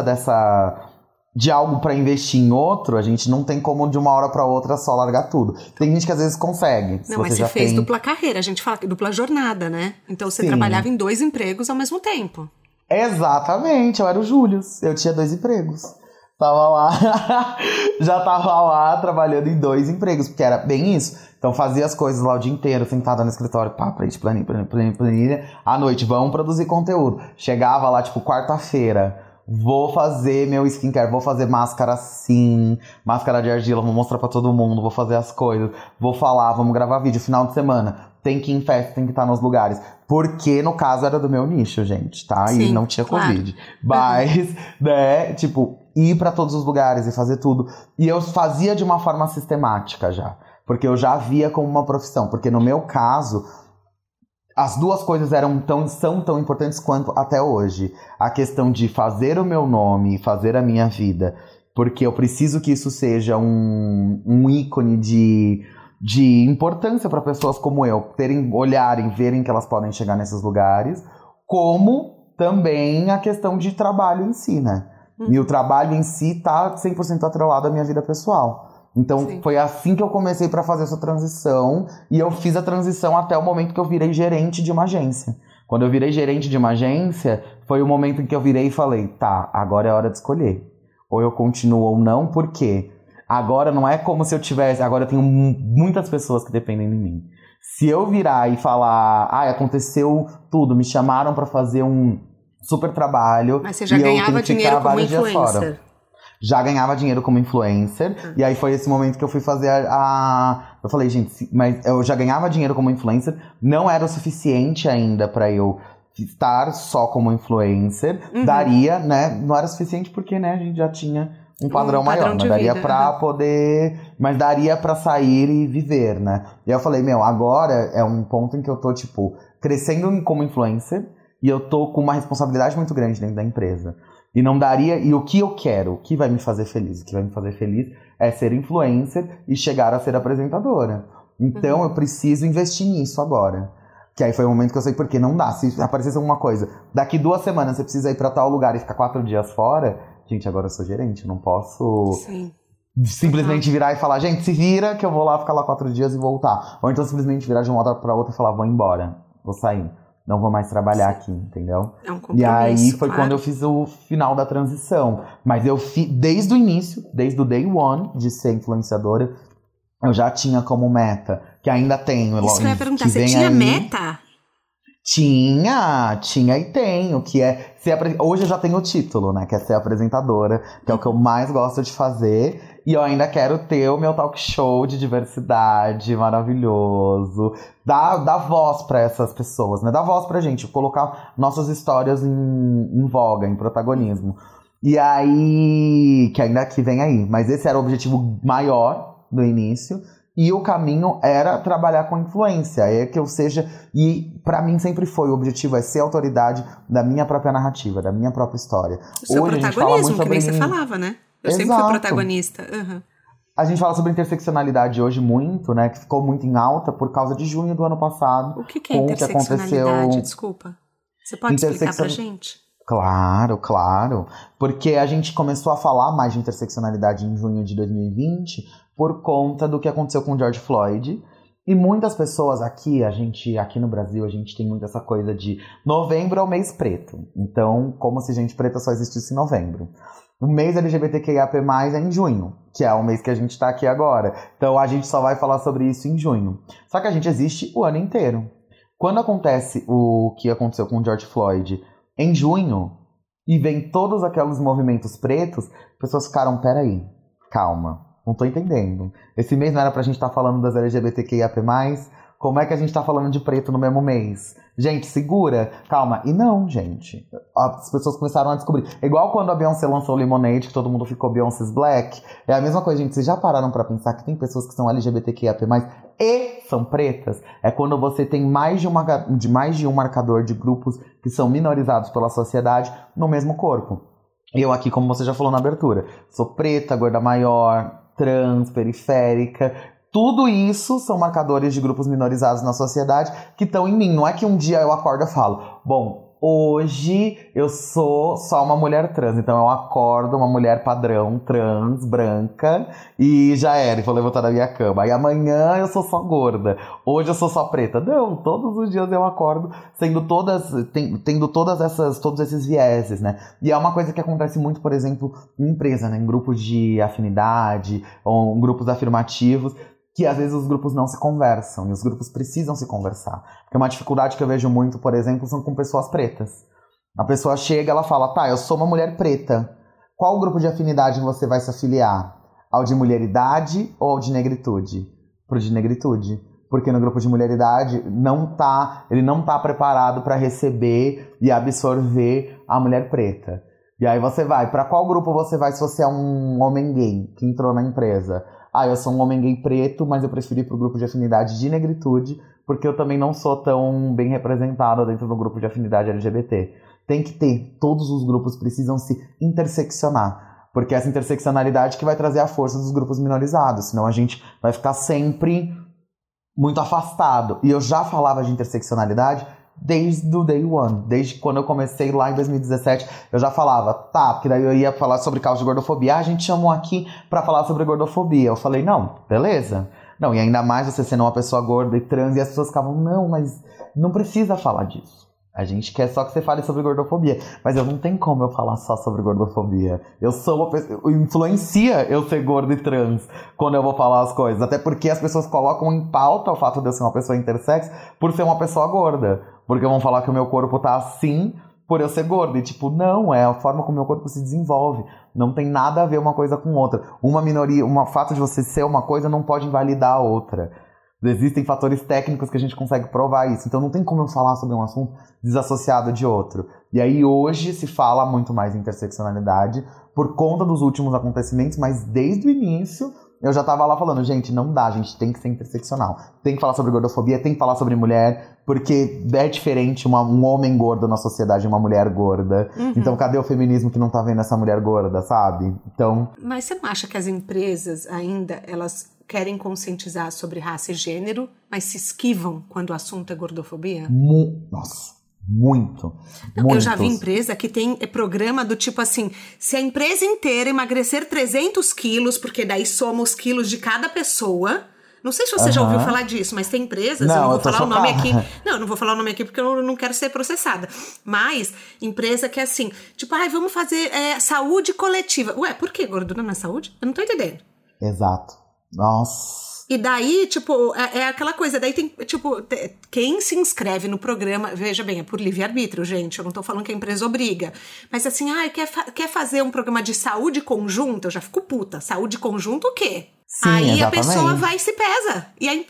de algo pra investir em outro, a gente não tem como de uma hora pra outra só largar tudo. Tem gente que às vezes consegue. Não, mas você fez dupla carreira, a gente fala que dupla jornada, né? Então você trabalhava em 2 empregos ao mesmo tempo. Exatamente, eu era o Július, eu tinha 2 empregos. Tava lá, já tava lá trabalhando em 2 empregos, porque era bem isso. Então fazia as coisas lá o dia inteiro, sentada no escritório, pá, planilha. À noite, vamos produzir conteúdo. Chegava lá, tipo, quarta-feira, vou fazer meu skincare, vou fazer máscara assim, máscara de argila, vou mostrar pra todo mundo, vou fazer as coisas, vou falar, vamos gravar vídeo, final de semana. Tem que ir em festa, tem que estar nos lugares. Porque, no caso, era do meu nicho, gente, tá? Sim, e não tinha claro. Covid. Mas, né, tipo, ir pra todos os lugares e fazer tudo. E eu fazia de uma forma sistemática já. Porque eu já via como uma profissão. Porque no meu caso, as duas coisas são tão importantes quanto até hoje. A questão de fazer o meu nome, fazer a minha vida. Porque eu preciso que isso seja um ícone de importância para pessoas como eu. Olharem, verem que elas podem chegar nesses lugares. Como também a questão de trabalho em si, né? E o trabalho em si tá 100% atrelado à minha vida pessoal. Então, Sim. Foi assim que eu comecei para fazer essa transição. E eu fiz a transição até o momento que eu virei gerente de uma agência. Quando eu virei gerente de uma agência, foi o momento em que eu virei e falei, tá, agora é hora de escolher. Ou eu continuo ou não, por quê? Agora não é como se eu tivesse... Agora eu tenho muitas pessoas que dependem de mim. Se eu virar e falar, aconteceu tudo, me chamaram para fazer um super trabalho... Mas você já ganhava dinheiro como influencer? Já ganhava dinheiro como influencer. E aí foi esse momento que eu fui fazer Eu falei, gente, mas eu já ganhava dinheiro como influencer. Não era o suficiente ainda pra eu estar só como influencer. Daria, né? Não era o suficiente porque, né, a gente já tinha um padrão maior. Mas daria pra poder... Mas daria pra sair e viver, né? E aí eu falei, agora é um ponto em que eu tô, tipo, crescendo como influencer. E eu tô com uma responsabilidade muito grande dentro da empresa. E não daria... E o que eu quero? O que vai me fazer feliz? O que vai me fazer feliz é ser influencer e chegar a ser apresentadora. Então eu preciso investir nisso agora. Que aí foi o momento que eu sei porque não dá. Se aparecesse alguma coisa, daqui 2 semanas você precisa ir pra tal lugar e ficar 4 dias fora... Gente, agora eu sou gerente, eu não posso... Sim. Simplesmente virar e falar, gente, se vira que eu vou lá ficar lá 4 dias e voltar. Ou então simplesmente virar de uma hora pra outra e falar, vou embora, vou sair. Não vou mais trabalhar aqui, entendeu? É um compromisso, e aí foi claro. quando eu fiz o final da transição. Mas eu fiz desde o início, desde o day one de ser influenciadora, eu já tinha como meta, que ainda tenho. Isso que eu ia perguntar, você tinha meta? Tinha e tenho, que é hoje eu já tenho o título, né, que é ser apresentadora, que é o que eu mais gosto de fazer, e eu ainda quero ter o meu talk show de diversidade maravilhoso, dar voz pra essas pessoas, né, dar voz pra gente, colocar nossas histórias em voga, em protagonismo. E aí, que ainda que vem aí, mas esse era o objetivo maior do início. E o caminho era trabalhar com influência, que eu seja... E pra mim sempre foi, o objetivo é ser autoridade da minha própria narrativa, da minha própria história. O seu Hoje, protagonismo, a gente fala muito sobre... que nem você falava, né? Eu sempre fui protagonista. A gente fala sobre interseccionalidade hoje muito, né? Que ficou muito em alta por causa de junho do ano passado. O que é interseccionalidade? Desculpa. Você pode explicar pra gente? Claro. Porque a gente começou a falar mais de interseccionalidade em junho de 2020 por conta do que aconteceu com o George Floyd. E muitas pessoas aqui no Brasil, a gente tem muito essa coisa de novembro é o mês preto. Então, como se gente preta só existisse em novembro. O mês LGBTQIAP+, é em junho, que é o mês que a gente tá aqui agora. Então, a gente só vai falar sobre isso em junho. Só que a gente existe o ano inteiro. Quando acontece o que aconteceu com o George Floyd em junho, e vem todos aqueles movimentos pretos, as pessoas ficaram, peraí, calma. Não tô entendendo. Esse mês não era pra gente estar falando das LGBTQIAP+, como é que a gente tá falando de preto no mesmo mês? Gente, segura, calma. E não, gente. As pessoas começaram a descobrir. Igual quando a Beyoncé lançou o Lemonade, que todo mundo ficou Beyoncé's Black. É a mesma coisa, gente. Vocês já pararam pra pensar que tem pessoas que são LGBTQIAP+, e são pretas? É quando você tem mais de um marcador de grupos que são minorizados pela sociedade no mesmo corpo. Eu aqui, como você já falou na abertura, sou preta, gorda maior, trans, periférica. Tudo isso são marcadores de grupos minorizados na sociedade que estão em mim. Não é que um dia eu acordo e falo, bom, hoje eu sou só uma mulher trans. Então eu acordo uma mulher padrão, trans, branca, e já era, e vou levantar da minha cama. Aí amanhã eu sou só gorda. Hoje eu sou só preta. Não, todos os dias eu acordo tendo todos esses vieses, né? E é uma coisa que acontece muito, por exemplo, em empresa, né? Em grupos de afinidade, ou em grupos afirmativos, que às vezes os grupos não se conversam, e os grupos precisam se conversar. Porque uma dificuldade que eu vejo muito, por exemplo, são com pessoas pretas. A pessoa chega, ela fala, tá, eu sou uma mulher preta. Qual grupo de afinidade você vai se afiliar? Ao de mulheridade ou ao de negritude? Pro de negritude. Porque no grupo de mulheridade ele não tá preparado para receber e absorver a mulher preta. E aí você vai, para qual grupo você vai se você é um homem gay que entrou na empresa? Eu sou um homem gay preto, mas eu preferi ir pro grupo de afinidade de negritude, porque eu também não sou tão bem representada dentro do grupo de afinidade LGBT. Tem que ter, todos os grupos precisam se interseccionar, porque é essa interseccionalidade que vai trazer a força dos grupos minorizados, senão a gente vai ficar sempre muito afastado. E eu já falava de interseccionalidade desde o day one, desde quando eu comecei lá em 2017, eu já falava, tá, porque daí eu ia falar sobre causa de gordofobia, a gente chamou aqui pra falar sobre gordofobia. Eu falei, não, beleza. Não, e ainda mais você sendo uma pessoa gorda e trans, e as pessoas ficavam, não, mas não precisa falar disso. A gente quer só que você fale sobre gordofobia. Mas eu não tenho como eu falar só sobre gordofobia. Eu sou uma pessoa... Influencia eu ser gordo e trans quando eu vou falar as coisas. Até porque as pessoas colocam em pauta o fato de eu ser uma pessoa intersex por ser uma pessoa gorda. Porque vão falar que o meu corpo tá assim por eu ser gordo. E tipo, não, é a forma como o meu corpo se desenvolve. Não tem nada a ver uma coisa com outra. Uma minoria, o fato de você ser uma coisa não pode invalidar a outra. Existem fatores técnicos que a gente consegue provar isso. Então não tem como eu falar sobre um assunto desassociado de outro. E aí hoje se fala muito mais em interseccionalidade por conta dos últimos acontecimentos, mas desde o início eu já tava lá falando, gente, não dá, a gente tem que ser interseccional. Tem que falar sobre gordofobia, tem que falar sobre mulher, porque é diferente um homem gordo na sociedade e uma mulher gorda. Uhum. Então cadê o feminismo que não tá vendo essa mulher gorda, sabe? Então... Mas você não acha que as empresas ainda, elas querem conscientizar sobre raça e gênero, mas se esquivam quando o assunto é gordofobia? Nossa, muito. Eu já vi empresa que tem programa do tipo assim, se a empresa inteira emagrecer 300 quilos, porque daí soma os quilos de cada pessoa... Não sei se você já ouviu falar disso, mas tem empresas, eu não vou falar o nome aqui. Não, eu não vou falar o nome aqui porque eu não quero ser processada. Mas, empresa que é assim, tipo, vamos fazer saúde coletiva. Ué, por que gordura não é saúde? Eu não tô entendendo. Exato. Nossa. E daí, tipo, é aquela coisa, daí tem, tipo, quem se inscreve no programa, veja bem, é por livre-arbítrio, gente, eu não tô falando que a empresa obriga, mas assim, quer fazer um programa de saúde conjunta, eu já fico puta, saúde conjunta o quê? Sim, aí exatamente. A pessoa vai e se pesa,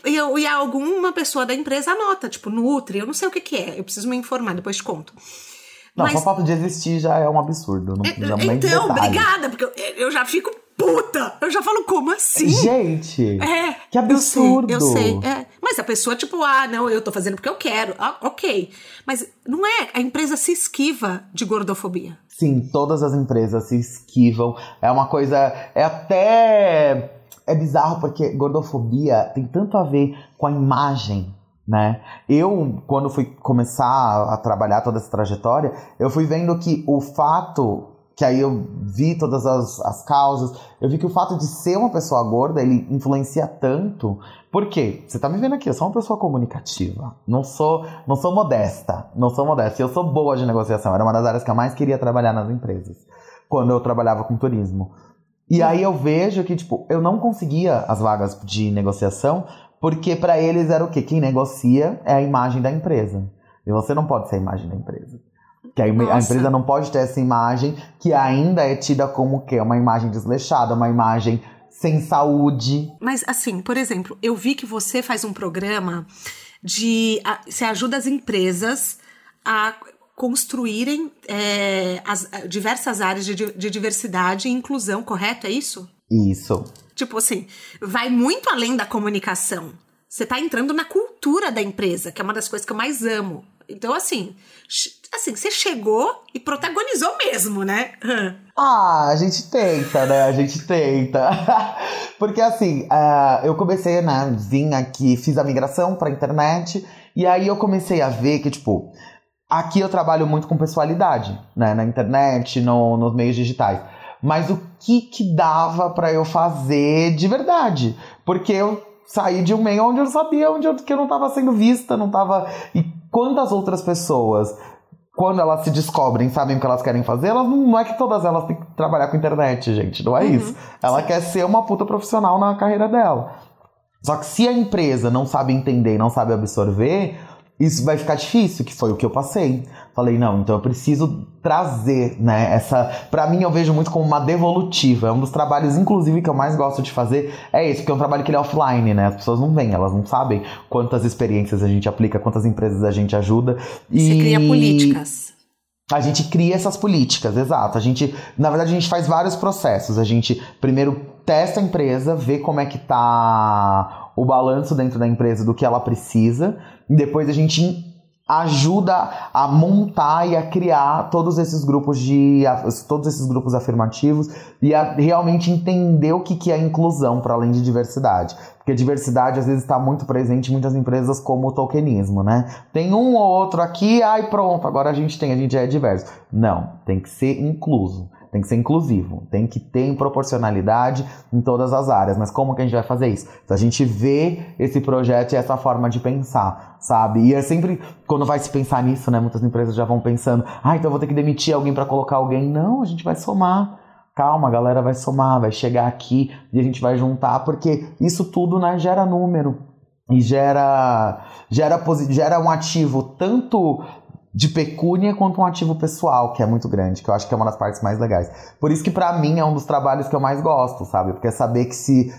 e alguma pessoa da empresa anota, tipo, Nutri, eu não sei o que é, eu preciso me informar, depois te conto. Não, só o fato de existir já é um absurdo. Então, obrigada, porque eu já fico puta. Eu já falo, como assim? Gente, que absurdo. Eu sei. Mas a pessoa, tipo, não, eu tô fazendo porque eu quero. Ok. Mas não é, a empresa se esquiva de gordofobia. Sim, todas as empresas se esquivam. É uma coisa, é bizarro porque gordofobia tem tanto a ver com a imagem, né? Eu, quando fui começar a trabalhar toda essa trajetória, eu fui vendo que o fato... que aí eu vi todas as causas, eu vi que o fato de ser uma pessoa gorda, ele influencia tanto. Por quê? Você tá me vendo aqui, eu sou uma pessoa comunicativa, não sou modesta, eu sou boa de negociação, era uma das áreas que eu mais queria trabalhar nas empresas, quando eu trabalhava com turismo. E aí eu vejo que, tipo, eu não conseguia as vagas de negociação, porque pra eles era o quê? Quem negocia é a imagem da empresa, e você não pode ser a imagem da empresa. Que a empresa não pode ter essa imagem que ainda é tida como o quê? Uma imagem desleixada, uma imagem sem saúde. Mas assim, por exemplo, eu vi que você faz um programa você ajuda as empresas a construírem as diversas áreas de diversidade e inclusão, correto? É isso? Isso. Tipo assim, vai muito além da comunicação. Você tá entrando na cultura da empresa, que é uma das coisas que eu mais amo. Então, assim, você chegou e protagonizou mesmo, né? A gente tenta, né? A gente tenta. Porque, assim, eu comecei, né? Vim aqui, fiz a migração pra internet. E aí eu comecei a ver que, tipo... Aqui eu trabalho muito com pessoalidade, né? Na internet, nos meios digitais. Mas o que dava pra eu fazer de verdade? Porque eu saí de um meio onde eu sabia que eu não tava sendo vista, não tava... E quantas outras pessoas, quando elas se descobrem, sabem o que elas querem fazer, elas não é que todas elas têm que trabalhar com internet, gente. Não é isso. Ela quer ser uma puta profissional na carreira dela. Só que se a empresa não sabe entender e não sabe absorver, isso vai ficar difícil, que foi o que eu passei. Falei, não, então eu preciso trazer, né, pra mim eu vejo muito como uma devolutiva. É um dos trabalhos, inclusive, que eu mais gosto de fazer, é esse, porque é um trabalho que ele é offline, né, as pessoas não veem, elas não sabem quantas experiências a gente aplica, quantas empresas a gente ajuda. Você cria políticas. A gente cria essas políticas, exato. Na verdade, a gente faz vários processos. A gente primeiro testa a empresa, vê como é que tá o balanço dentro da empresa do que ela precisa, e depois a gente ajuda a montar e a criar todos esses grupos afirmativos e a realmente entender o que é inclusão para além de diversidade. Porque diversidade às vezes está muito presente em muitas empresas, como o tokenismo, né? Tem um ou outro aqui, pronto, agora a gente já é diverso. Não, tem que ser incluso. Tem que ser inclusivo, tem que ter proporcionalidade em todas as áreas. Mas como que a gente vai fazer isso? A gente vê esse projeto e essa forma de pensar, sabe? E é sempre, quando vai se pensar nisso, né? Muitas empresas já vão pensando, então eu vou ter que demitir alguém para colocar alguém. Não, a gente vai somar. Calma, a galera vai somar, vai chegar aqui e a gente vai juntar, porque isso tudo, né, gera número e gera um ativo tanto de pecúnia quanto um ativo pessoal, que é muito grande, que eu acho que é uma das partes mais legais. Por isso que pra mim é um dos trabalhos que eu mais gosto, sabe? Porque é saber que se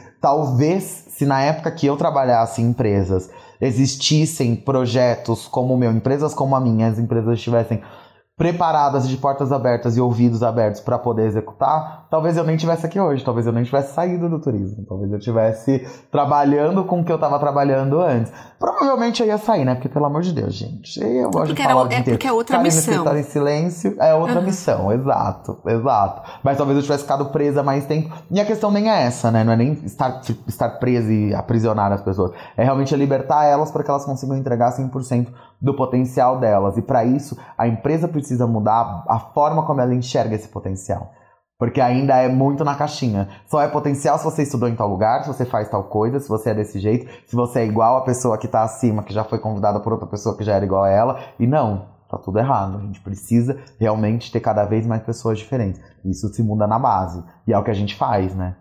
na época que eu trabalhasse em empresas, existissem projetos como o meu, empresas como a minha, as empresas estivessem preparadas, de portas abertas e ouvidos abertos para poder executar, talvez eu nem estivesse aqui hoje, talvez eu nem tivesse saído do turismo, talvez eu estivesse trabalhando com o que eu estava trabalhando antes. Provavelmente eu ia sair, né? Porque, pelo amor de Deus, gente, eu gosto de falar o dia inteiro. Porque é outra missão. Estar em silêncio é outra missão, exato. Mas talvez eu tivesse ficado presa mais tempo. E a questão nem é essa, né? Não é nem estar presa e aprisionar as pessoas. É realmente libertar elas para que elas consigam entregar 100% do potencial delas. E para isso, a empresa precisa mudar a forma como ela enxerga esse potencial. Porque ainda é muito na caixinha. Só é potencial se você estudou em tal lugar, se você faz tal coisa, se você é desse jeito, se você é igual a pessoa que tá acima, que já foi convidada por outra pessoa que já era igual a ela. E não, tá tudo errado. A gente precisa realmente ter cada vez mais pessoas diferentes. Isso se muda na base. E é o que a gente faz, né?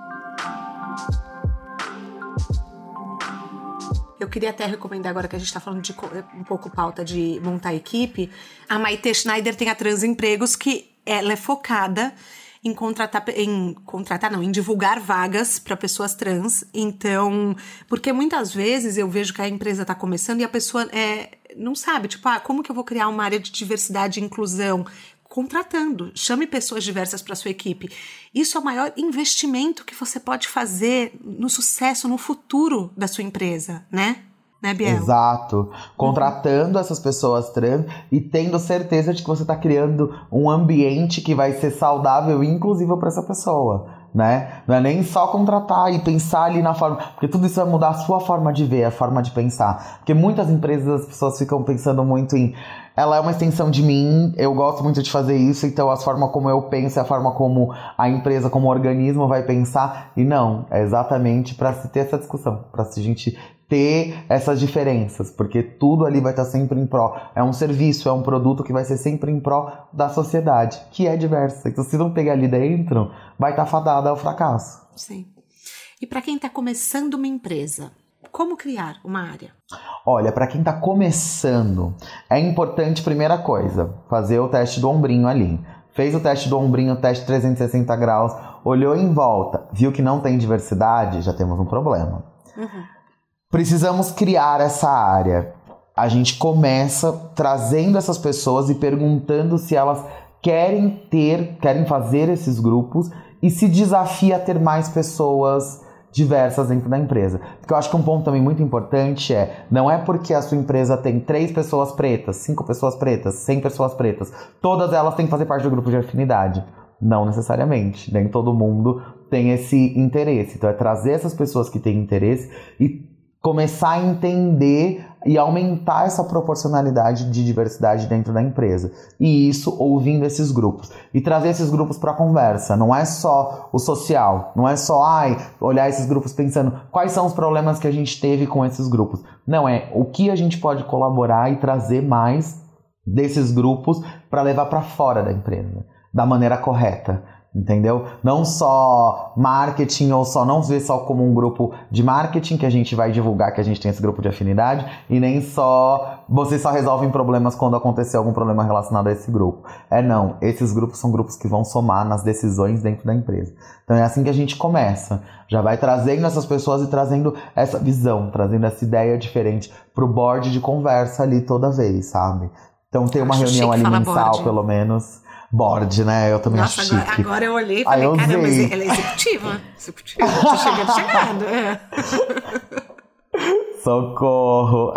Eu queria até recomendar, agora que a gente está falando de um pouco pauta de montar equipe, a Maite Schneider tem a Transempregos, que ela é focada em divulgar vagas para pessoas trans. Então, porque muitas vezes eu vejo que a empresa está começando e a pessoa não sabe, como que eu vou criar uma área de diversidade e inclusão? Contratando, chame pessoas diversas para sua equipe. Isso é o maior investimento que você pode fazer no sucesso, no futuro da sua empresa, né? Né, Biel? Exato. Contratando essas pessoas trans e tendo certeza de que você está criando um ambiente que vai ser saudável e inclusivo para essa pessoa, né? Não é nem só contratar e pensar ali na forma... Porque tudo isso vai mudar a sua forma de ver, a forma de pensar. Porque muitas empresas, as pessoas ficam pensando muito em... Ela é uma extensão de mim, eu gosto muito de fazer isso, então a forma como eu penso é a forma como a empresa, como o organismo vai pensar. E não, é exatamente para se ter essa discussão, para a gente ter essas diferenças, porque tudo ali vai estar sempre em pró. É um serviço, é um produto que vai ser sempre em pró da sociedade, que é diversa. Então, se não pegar ali dentro, vai estar fadada ao fracasso. Sim. E para quem está começando uma empresa, como criar uma área? Olha, para quem está começando, é importante, primeira coisa, fazer o teste do ombrinho ali. Fez o teste do ombrinho, o teste 360 graus, olhou em volta, viu que não tem diversidade, já temos um problema. Precisamos criar essa área. A gente começa trazendo essas pessoas e perguntando se elas querem fazer esses grupos e se desafia a ter mais pessoas diversas dentro da empresa. Porque eu acho que um ponto também muito importante não é porque a sua empresa tem 3 pessoas pretas, 5 pessoas pretas, 100 pessoas pretas, todas elas têm que fazer parte do grupo de afinidade. Não necessariamente, nem todo mundo tem esse interesse. Então é trazer essas pessoas que têm interesse e começar a entender e aumentar essa proporcionalidade de diversidade dentro da empresa. E isso ouvindo esses grupos. E trazer esses grupos para a conversa. Não é só o social. Não é só olhar esses grupos pensando quais são os problemas que a gente teve com esses grupos. Não, é o que a gente pode colaborar e trazer mais desses grupos para levar para fora da empresa. Da maneira correta. Entendeu? Não só marketing, ou só não ver só como um grupo de marketing que a gente vai divulgar que a gente tem esse grupo de afinidade, e nem só vocês só resolvem problemas quando acontecer algum problema relacionado a esse grupo. Não, esses grupos são grupos que vão somar nas decisões dentro da empresa. Então é assim que a gente começa, já vai trazendo essas pessoas e trazendo essa visão, trazendo essa ideia diferente pro board de conversa ali toda vez, sabe? Então tem uma reunião ali mensal, pelo menos. Board, né? Eu também acho chique. Agora eu olhei e falei, caramba, mas ela é executiva. Executiva, tô chegando. Socorro.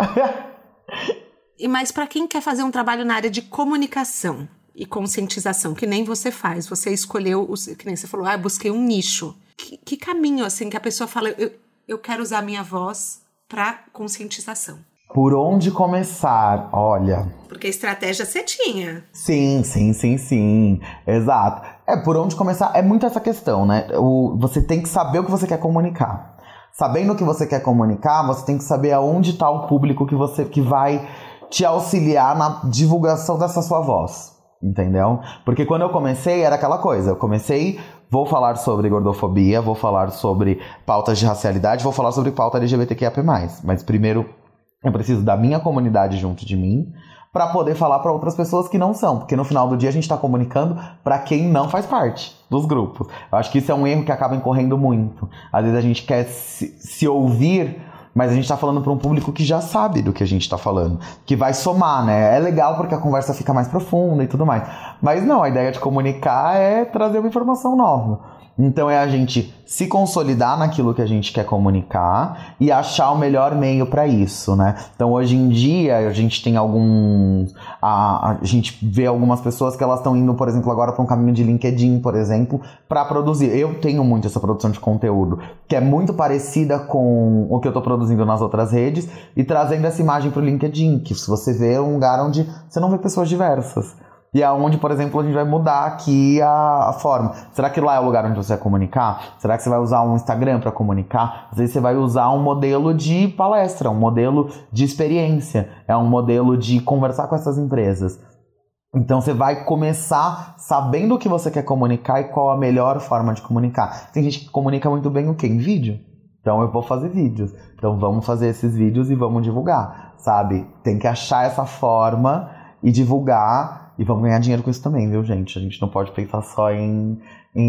Mas para quem quer fazer um trabalho na área de comunicação e conscientização, que nem você faz, você escolheu, que nem você falou, eu busquei um nicho. Que caminho, assim, que a pessoa fala, eu quero usar a minha voz para conscientização? Por onde começar? Olha... Porque a estratégia você tinha. Sim. Exato. Por onde começar? É muito essa questão, né? Você tem que saber o que você quer comunicar. Sabendo o que você quer comunicar, você tem que saber aonde está o público que vai te auxiliar na divulgação dessa sua voz. Entendeu? Porque quando eu comecei, era aquela coisa. Eu comecei... Vou falar sobre gordofobia, vou falar sobre pautas de racialidade, vou falar sobre pauta LGBTQIA+. Mas primeiro... Eu preciso da minha comunidade junto de mim para poder falar para outras pessoas que não são. Porque no final do dia a gente está comunicando para quem não faz parte dos grupos. Eu acho que isso é um erro que acaba incorrendo muito. Às vezes a gente quer se ouvir, mas a gente está falando para um público que já sabe do que a gente está falando. Que vai somar, né? É legal porque a conversa fica mais profunda e tudo mais. Mas não, a ideia de comunicar é trazer uma informação nova. Então é a gente se consolidar naquilo que a gente quer comunicar e achar o melhor meio para isso, né? Então hoje em dia a gente tem a gente vê algumas pessoas que elas estão indo, por exemplo, agora para um caminho de LinkedIn, por exemplo, para produzir. Eu tenho muito essa produção de conteúdo, que é muito parecida com o que eu tô produzindo nas outras redes e trazendo essa imagem pro LinkedIn, que se você vê é um lugar onde você não vê pessoas diversas. E é onde, por exemplo, a gente vai mudar aqui a forma. Será que lá é o lugar onde você vai comunicar? Será que você vai usar um Instagram para comunicar? Às vezes você vai usar um modelo de palestra, um modelo de experiência. É um modelo de conversar com essas empresas. Então você vai começar sabendo o que você quer comunicar e qual a melhor forma de comunicar. Tem gente que comunica muito bem o quê? Em vídeo. Então eu vou fazer vídeos. Então vamos fazer esses vídeos e vamos divulgar, sabe? Tem que achar essa forma e divulgar. E vamos ganhar dinheiro com isso também, viu, gente? A gente não pode pensar só em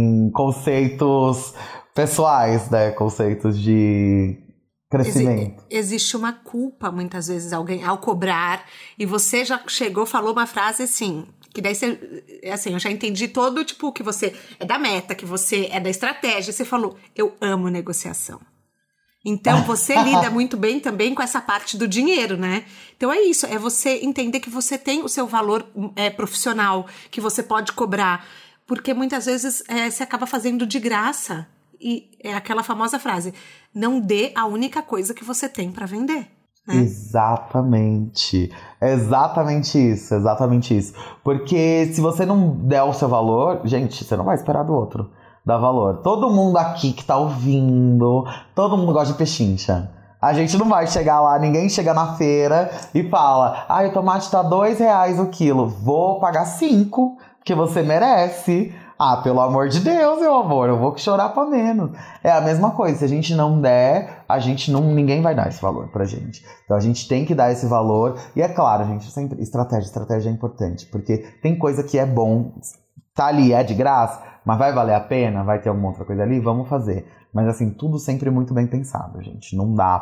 conceitos pessoais, né? Conceitos de crescimento. Existe uma culpa, muitas vezes, alguém ao cobrar. E você já chegou, falou uma frase assim... Que daí você... Assim, eu já entendi todo, tipo, que você é da meta, que você é da estratégia. Você falou, eu amo negociação. Então, você lida muito bem também com essa parte do dinheiro, né? Então, é isso. É você entender que você tem o seu valor profissional, que você pode cobrar. Porque, muitas vezes, você acaba fazendo de graça. E é aquela famosa frase, não dê a única coisa que você tem para vender. Né? Exatamente. Exatamente isso. Porque se você não der o seu valor, gente, você não vai esperar do outro. Dá valor. Todo mundo aqui que tá ouvindo, todo mundo gosta de pechincha. A gente não vai chegar lá, ninguém chega na feira e fala, o tomate tá R$2 o quilo, vou pagar 5, porque você merece. Pelo amor de Deus, meu amor, eu vou chorar pra menos. É a mesma coisa, se a gente não der, ninguém vai dar esse valor pra gente. Então a gente tem que dar esse valor. E é claro, gente, sempre estratégia é importante, porque tem coisa que é bom, tá ali, é de graça, mas vai valer a pena? Vai ter alguma outra coisa ali? Vamos fazer. Mas assim, tudo sempre muito bem pensado, gente. Não dá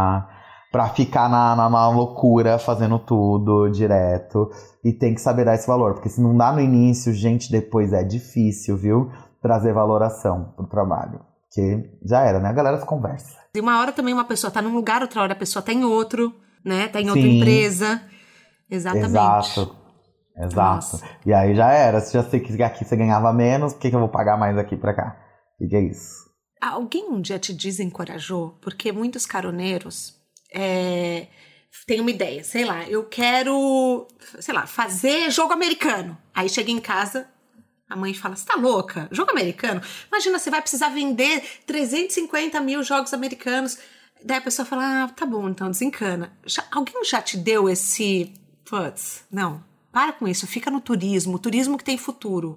pra ficar na loucura, fazendo tudo direto. E tem que saber dar esse valor. Porque se não dá no início, gente, depois é difícil, viu? Trazer valoração pro trabalho. Porque já era, né? A galera se conversa. E uma hora também uma pessoa tá num lugar, outra hora a pessoa tá em outro, né? Tá em outra empresa. Exatamente. Exato. Nossa. E aí já era. Se já sei que aqui você ganhava menos, por que eu vou pagar mais aqui pra cá? O que é isso? Alguém um dia te desencorajou? Porque muitos caroneiros tem uma ideia, sei lá, eu quero, sei lá, fazer jogo americano. Aí chega em casa, a mãe fala, você tá louca? Jogo americano? Imagina, você vai precisar vender 350 mil jogos americanos. Daí a pessoa fala, tá bom, então desencana. Alguém já te deu esse... Putz, não, para com isso, fica no turismo que tem futuro.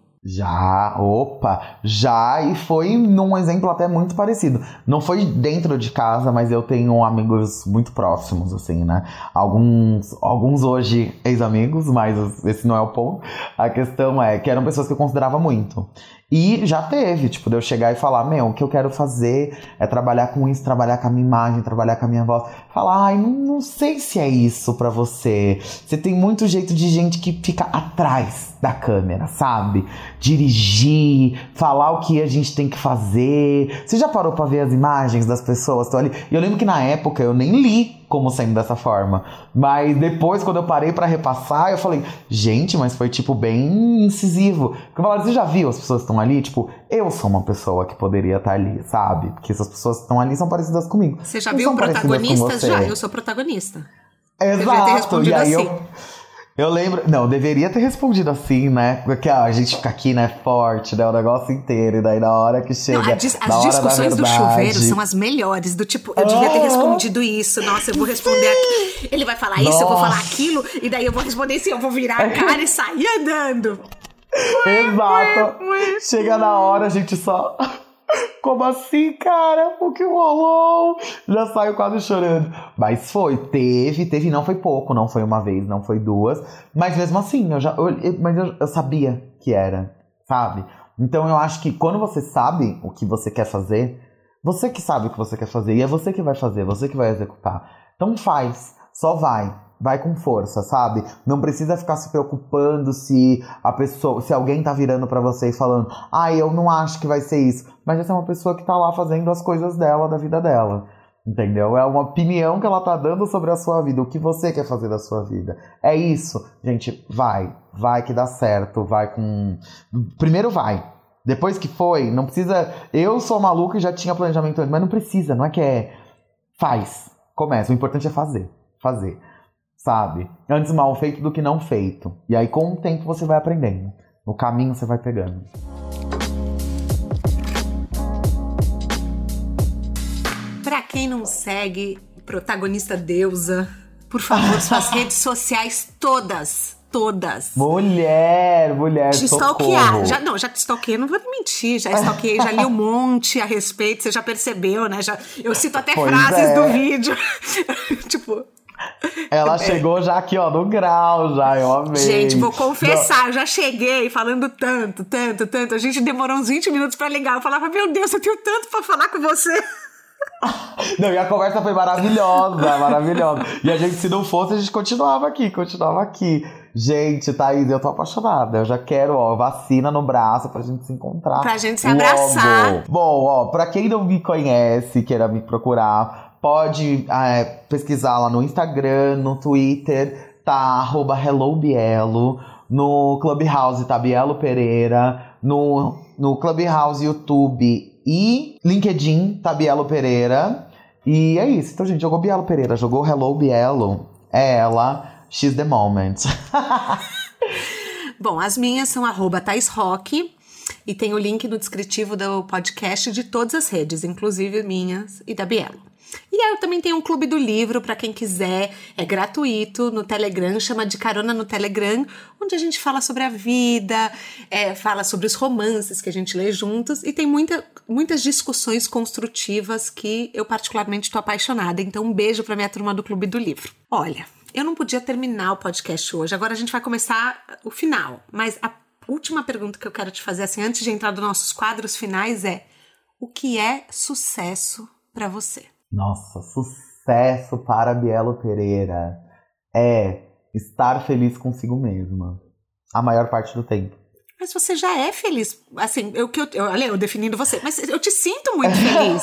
Já, e foi num exemplo até muito parecido. Não foi dentro de casa, mas eu tenho amigos muito próximos, assim, né? Alguns hoje ex-amigos, mas esse não é o ponto. A questão é que eram pessoas que eu considerava muito. E já teve, tipo, de eu chegar e falar, o que eu quero fazer é trabalhar com isso, trabalhar com a minha imagem, trabalhar com a minha voz. Falar, não sei se é isso pra você. Você tem muito jeito de gente que fica atrás da câmera, sabe? Dirigir, falar o que a gente tem que fazer. Você já parou pra ver as imagens das pessoas? Tô ali. E eu lembro que na época eu nem li como sendo dessa forma. Mas depois, quando eu parei pra repassar, eu falei, gente, mas foi, tipo, bem incisivo. Porque eu falei, você já viu as pessoas que estão ali? Tipo, eu sou uma pessoa que poderia estar ali, sabe? Porque essas pessoas que estão ali são parecidas comigo. Você já viu protagonistas? Já, eu sou protagonista. Exato, e aí assim. Eu lembro... Não, deveria ter respondido assim, né? Porque a gente fica aqui, né, forte, né? O negócio inteiro. E daí na hora que chega... Não, as discussões do chuveiro são as melhores. Do tipo, eu devia ter respondido isso. Nossa, eu vou responder aqui. Ele vai falar isso, eu vou falar aquilo. E daí eu vou responder isso, eu vou virar a cara e sair andando. Exato. Chega na hora, a gente só... Como assim, cara? O que rolou? Já saio quase chorando. Mas teve, não foi pouco, não foi uma vez, não foi duas. Mas mesmo assim, eu sabia que era, sabe? Então eu acho que quando você sabe o que você quer fazer, você que sabe o que você quer fazer, e é você que vai fazer, você que vai executar. Então faz, só vai. Vai com força, sabe? Não precisa ficar se preocupando se alguém tá virando pra você e falando, eu não acho que vai ser isso. Mas essa é uma pessoa que tá lá fazendo as coisas dela, da vida dela. Entendeu? É uma opinião que ela tá dando sobre a sua vida, o que você quer fazer da sua vida. É isso. Gente, vai que dá certo, vai com... Primeiro vai. Depois que foi, não precisa... Eu sou maluca e já tinha planejamento antes, mas não precisa, não é que é... Faz, começa. O importante é fazer. Sabe? Antes mal feito do que não feito. E aí, com o tempo, você vai aprendendo. No caminho, você vai pegando. Pra quem não segue Protagonista Deusa, por favor, suas redes sociais todas. Mulher, te stalkear. Já te stalkeei, não vou mentir. Já stalkeei, já li um monte a respeito. Você já percebeu, né? Eu cito até frases do vídeo. Tipo... Ela chegou já aqui, ó, no grau, já, eu amei. Gente, vou confessar, eu já cheguei falando tanto. A gente demorou uns 20 minutos pra ligar. Eu falava, meu Deus, eu tenho tanto pra falar com você. Não, e a conversa foi maravilhosa. E a gente, se não fosse, a gente continuava aqui. Gente, Thaís, eu tô apaixonada. Eu já quero, vacina no braço pra gente se encontrar. Pra gente se abraçar. Bom, pra quem não me conhece, queira me procurar, pode pesquisar lá no Instagram, no Twitter, tá @HelloBielo. No Clubhouse tá Bielo Pereira. No Clubhouse, YouTube e LinkedIn tá Bielo Pereira. E é isso. Então, gente, jogou Bielo Pereira, jogou Hello Bielo. É ela, she's the moment. Bom, as minhas são @ThaisRock. E tem o link no descritivo do podcast de todas as redes, inclusive minhas e da Bielo. E aí eu também tenho um clube do livro para quem quiser, é gratuito no Telegram, chama de Carona no Telegram, onde a gente fala sobre a vida, fala sobre os romances que a gente lê juntos e tem muitas discussões construtivas que eu particularmente estou apaixonada. Então um beijo para minha turma do Clube do Livro. Olha, eu não podia terminar o podcast hoje, agora a gente vai começar o final, mas a última pergunta que eu quero te fazer, assim, antes de entrar nos nossos quadros finais o que é sucesso para você? Nossa, sucesso para Bielo Pereira é estar feliz consigo mesma. A maior parte do tempo. Mas você já é feliz. Assim, olha, eu definindo você. Mas eu te sinto muito feliz.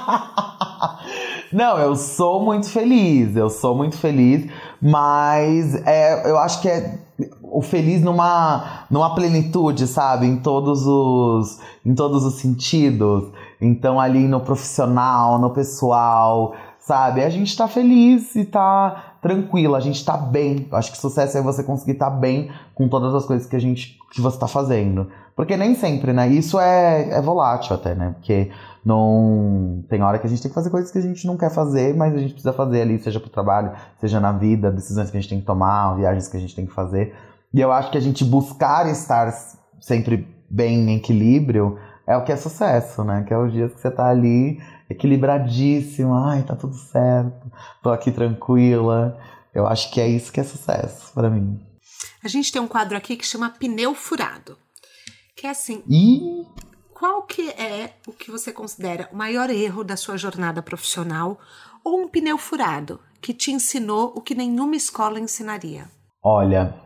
Não, eu sou muito feliz. Mas eu acho que é o feliz numa plenitude, sabe? Em todos os sentidos. Então ali no profissional, no pessoal, sabe? A gente tá feliz e tá tranquila, a gente tá bem. Acho que sucesso é você conseguir estar bem com todas as coisas que você tá fazendo. Porque nem sempre, né? Isso é volátil até, né? Porque não tem hora que a gente tem que fazer coisas que a gente não quer fazer, mas a gente precisa fazer ali, seja pro trabalho, seja na vida, decisões que a gente tem que tomar, viagens que a gente tem que fazer. E eu acho que a gente buscar estar sempre bem em equilíbrio é o que é sucesso, né? Que é os dias que você tá ali equilibradíssimo, ai, tá tudo certo, tô aqui tranquila. Eu acho que é isso que é sucesso pra mim. A gente tem um quadro aqui que chama Pneu Furado, que é assim, qual que é o que você considera o maior erro da sua jornada profissional ou um pneu furado que te ensinou o que nenhuma escola ensinaria? Olha,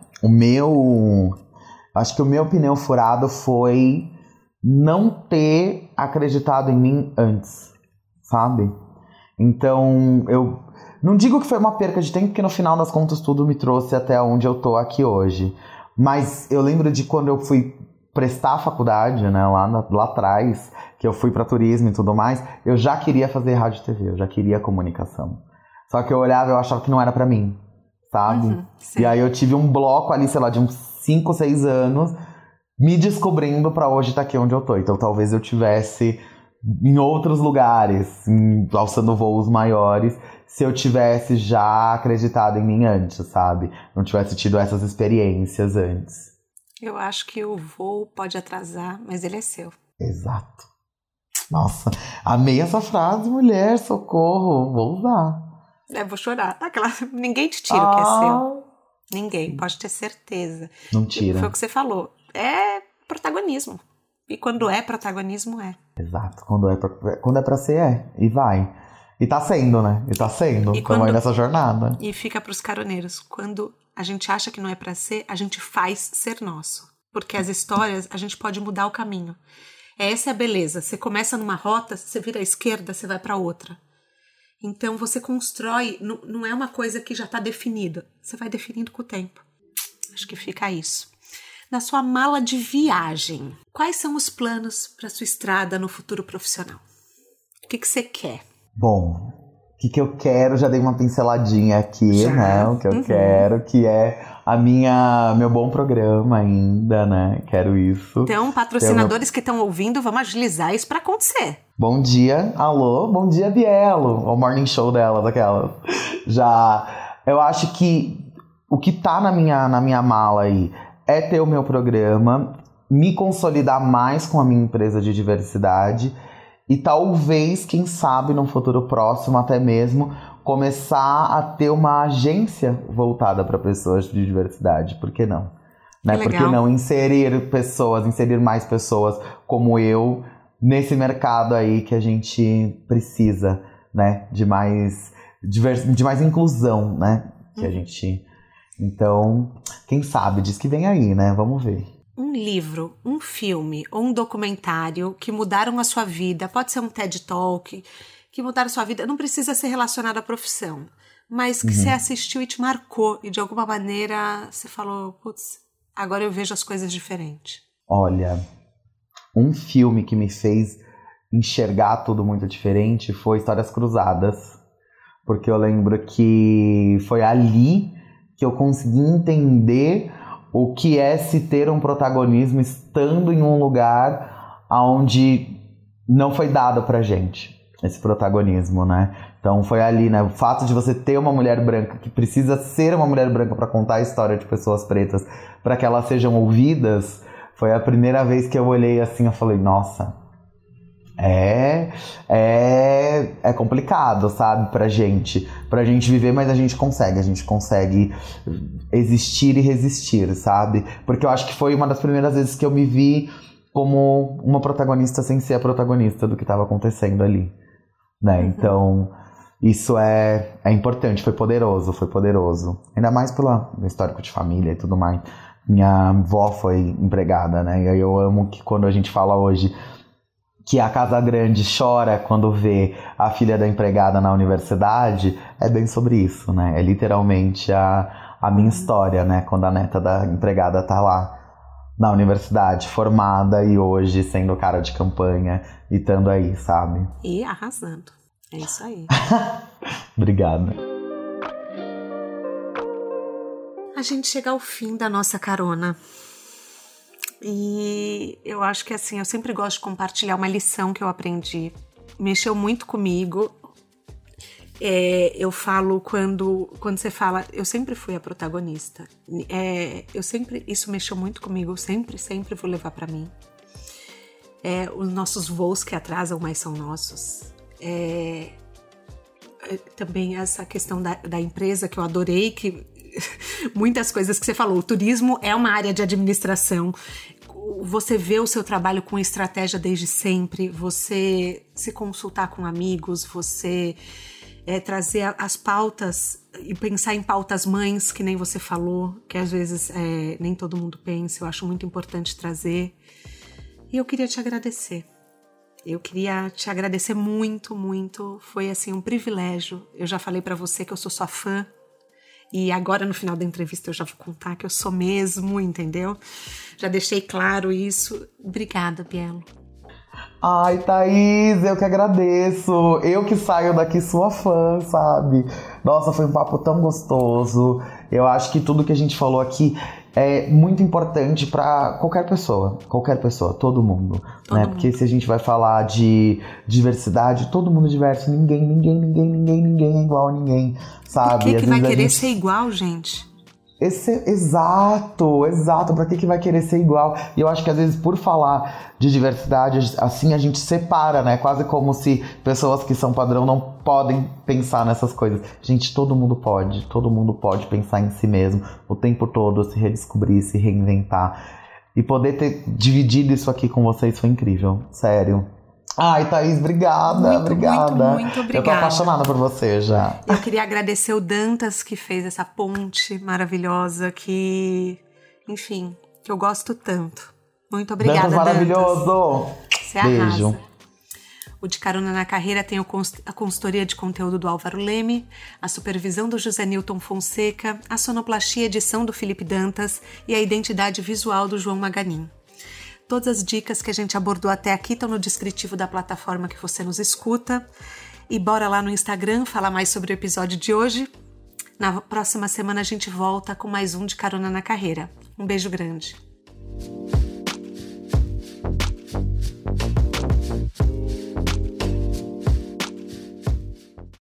acho que o meu pneu furado foi não ter acreditado em mim antes, sabe? Então, eu não digo que foi uma perca de tempo, porque no final das contas tudo me trouxe até onde eu tô aqui hoje. Mas eu lembro de quando eu fui prestar a faculdade, né, lá atrás, que eu fui pra turismo e tudo mais, eu já queria fazer rádio e TV, eu já queria comunicação. Só que eu olhava e eu achava que não era pra mim, sabe? E aí eu tive um bloco ali, sei lá, de uns 5, 6 anos, me descobrindo pra hoje estar aqui onde eu tô. Então talvez eu tivesse em outros lugares, alçando voos maiores, se eu tivesse já acreditado em mim antes, sabe? Não tivesse tido essas experiências antes. Eu acho que o voo pode atrasar, mas ele é seu. Exato. Nossa, amei essa frase, mulher, socorro, vou usar. Vou chorar. Ninguém te tira o que é seu. Ninguém, pode ter certeza. Não tira. Foi o que você falou. É protagonismo. E quando é protagonismo, é. Exato. Quando é pra ser, é. E vai. E tá sendo, né? E tá sendo. Estamos aí nessa jornada. E fica pros caroneiros. Quando a gente acha que não é pra ser, a gente faz ser nosso. Porque as histórias, a gente pode mudar o caminho. Essa é a beleza. Você começa numa rota, você vira à esquerda, você vai pra outra. Então você constrói, não é uma coisa que já tá definida. Você vai definindo com o tempo. Acho que fica isso. Na sua mala de viagem, quais são os planos para sua estrada no futuro profissional? O que você quer? Bom, o que eu quero, já dei uma pinceladinha aqui, né? O que eu quero, que é meu bom programa ainda, né? Quero isso. Então, patrocinadores que estão ouvindo, vamos agilizar isso para acontecer. Bom dia, alô, bom dia, Bielo. O morning show dela, daquela. Eu acho que o que tá na minha mala aí é ter o meu programa, me consolidar mais com a minha empresa de diversidade e talvez, quem sabe, no futuro próximo até mesmo, começar a ter uma agência voltada para pessoas de diversidade. Por que não? Né? Por que não inserir mais pessoas como eu nesse mercado aí que a gente precisa, né? De mais inclusão, né? Que a gente... Então, quem sabe, diz que vem aí, né? Vamos ver. Um livro, um filme ou um documentário que mudaram a sua vida, pode ser um TED Talk, que mudaram a sua vida, não precisa ser relacionado à profissão, mas que você assistiu e te marcou e de alguma maneira você falou, putz, agora eu vejo as coisas diferentes. Olha, um filme que me fez enxergar tudo muito diferente foi Histórias Cruzadas, porque eu lembro que foi ali que eu consegui entender o que é se ter um protagonismo estando em um lugar onde não foi dado pra gente esse protagonismo, né? Então foi ali, né? O fato de você ter uma mulher branca que precisa ser uma mulher branca para contar a história de pessoas pretas, para que elas sejam ouvidas, foi a primeira vez que eu olhei assim, eu falei, nossa, é complicado, sabe, pra gente viver, mas a gente consegue existir e resistir, sabe? Porque eu acho que foi uma das primeiras vezes que eu me vi como uma protagonista sem ser a protagonista do que estava acontecendo ali, né? Então, isso é importante, foi poderoso. Ainda mais pelo histórico de família e tudo mais. Minha avó foi empregada, né? E aí eu amo que quando a gente fala hoje que a Casa Grande chora quando vê a filha da empregada na universidade, é bem sobre isso, né? É literalmente a minha história, né? Quando a neta da empregada tá lá na universidade, formada e hoje sendo cara de campanha e estando aí, sabe? E arrasando. É isso aí. Obrigada. A gente chega ao fim da nossa carona. E eu acho que assim, eu sempre gosto de compartilhar uma lição que eu aprendi. Mexeu muito comigo. Eu falo quando você fala, eu sempre fui a protagonista. Isso mexeu muito comigo, eu sempre vou levar pra mim. Os nossos voos que atrasam, mas são nossos. Também essa questão da empresa que eu adorei, que muitas coisas que você falou, o turismo é uma área de administração. Você vê o seu trabalho com estratégia desde sempre, você se consultar com amigos, você trazer as pautas e pensar em pautas mães, que nem você falou, que às vezes nem todo mundo pensa, eu acho muito importante trazer. E eu queria te agradecer. Eu queria te agradecer muito, muito. Foi assim um privilégio. Eu já falei pra você que eu sou sua fã. E agora no final da entrevista eu já vou contar que eu sou mesmo, entendeu? Já deixei claro isso. Obrigada, Bielo. Ai, Thaís, eu que agradeço. Eu que saio daqui sua fã, sabe? Nossa, foi um papo tão gostoso. Eu acho que tudo que a gente falou aqui é muito importante pra qualquer pessoa, todo mundo, né? Porque se a gente vai falar de diversidade, todo mundo é diverso, ninguém é igual a ninguém, sabe? Por que vai querer ser igual, gente? Exato, pra que vai querer ser igual? E eu acho que às vezes por falar de diversidade, assim a gente separa, né? Quase como se pessoas que são padrão não podem pensar nessas coisas. Gente, todo mundo pode pensar em si mesmo o tempo todo, se redescobrir, se reinventar. E poder ter dividido isso aqui com vocês foi incrível, sério. Ai, Thaís, obrigada. Muito obrigada. Eu tô apaixonada por você já. Eu queria agradecer o Dantas, que fez essa ponte maravilhosa, que eu gosto tanto. Muito obrigada, Dantas. Maravilhoso! Dantas. Você Beijo. arrasa. O De Carona na Carreira tem a consultoria de conteúdo do Álvaro Leme, a supervisão do José Newton Fonseca, a sonoplastia e edição do Felipe Dantas e a identidade visual do João Maganin. Todas as dicas que a gente abordou até aqui estão no descritivo da plataforma que você nos escuta. E bora lá no Instagram falar mais sobre o episódio de hoje. Na próxima semana a gente volta com mais um De Carona na Carreira. Um beijo grande.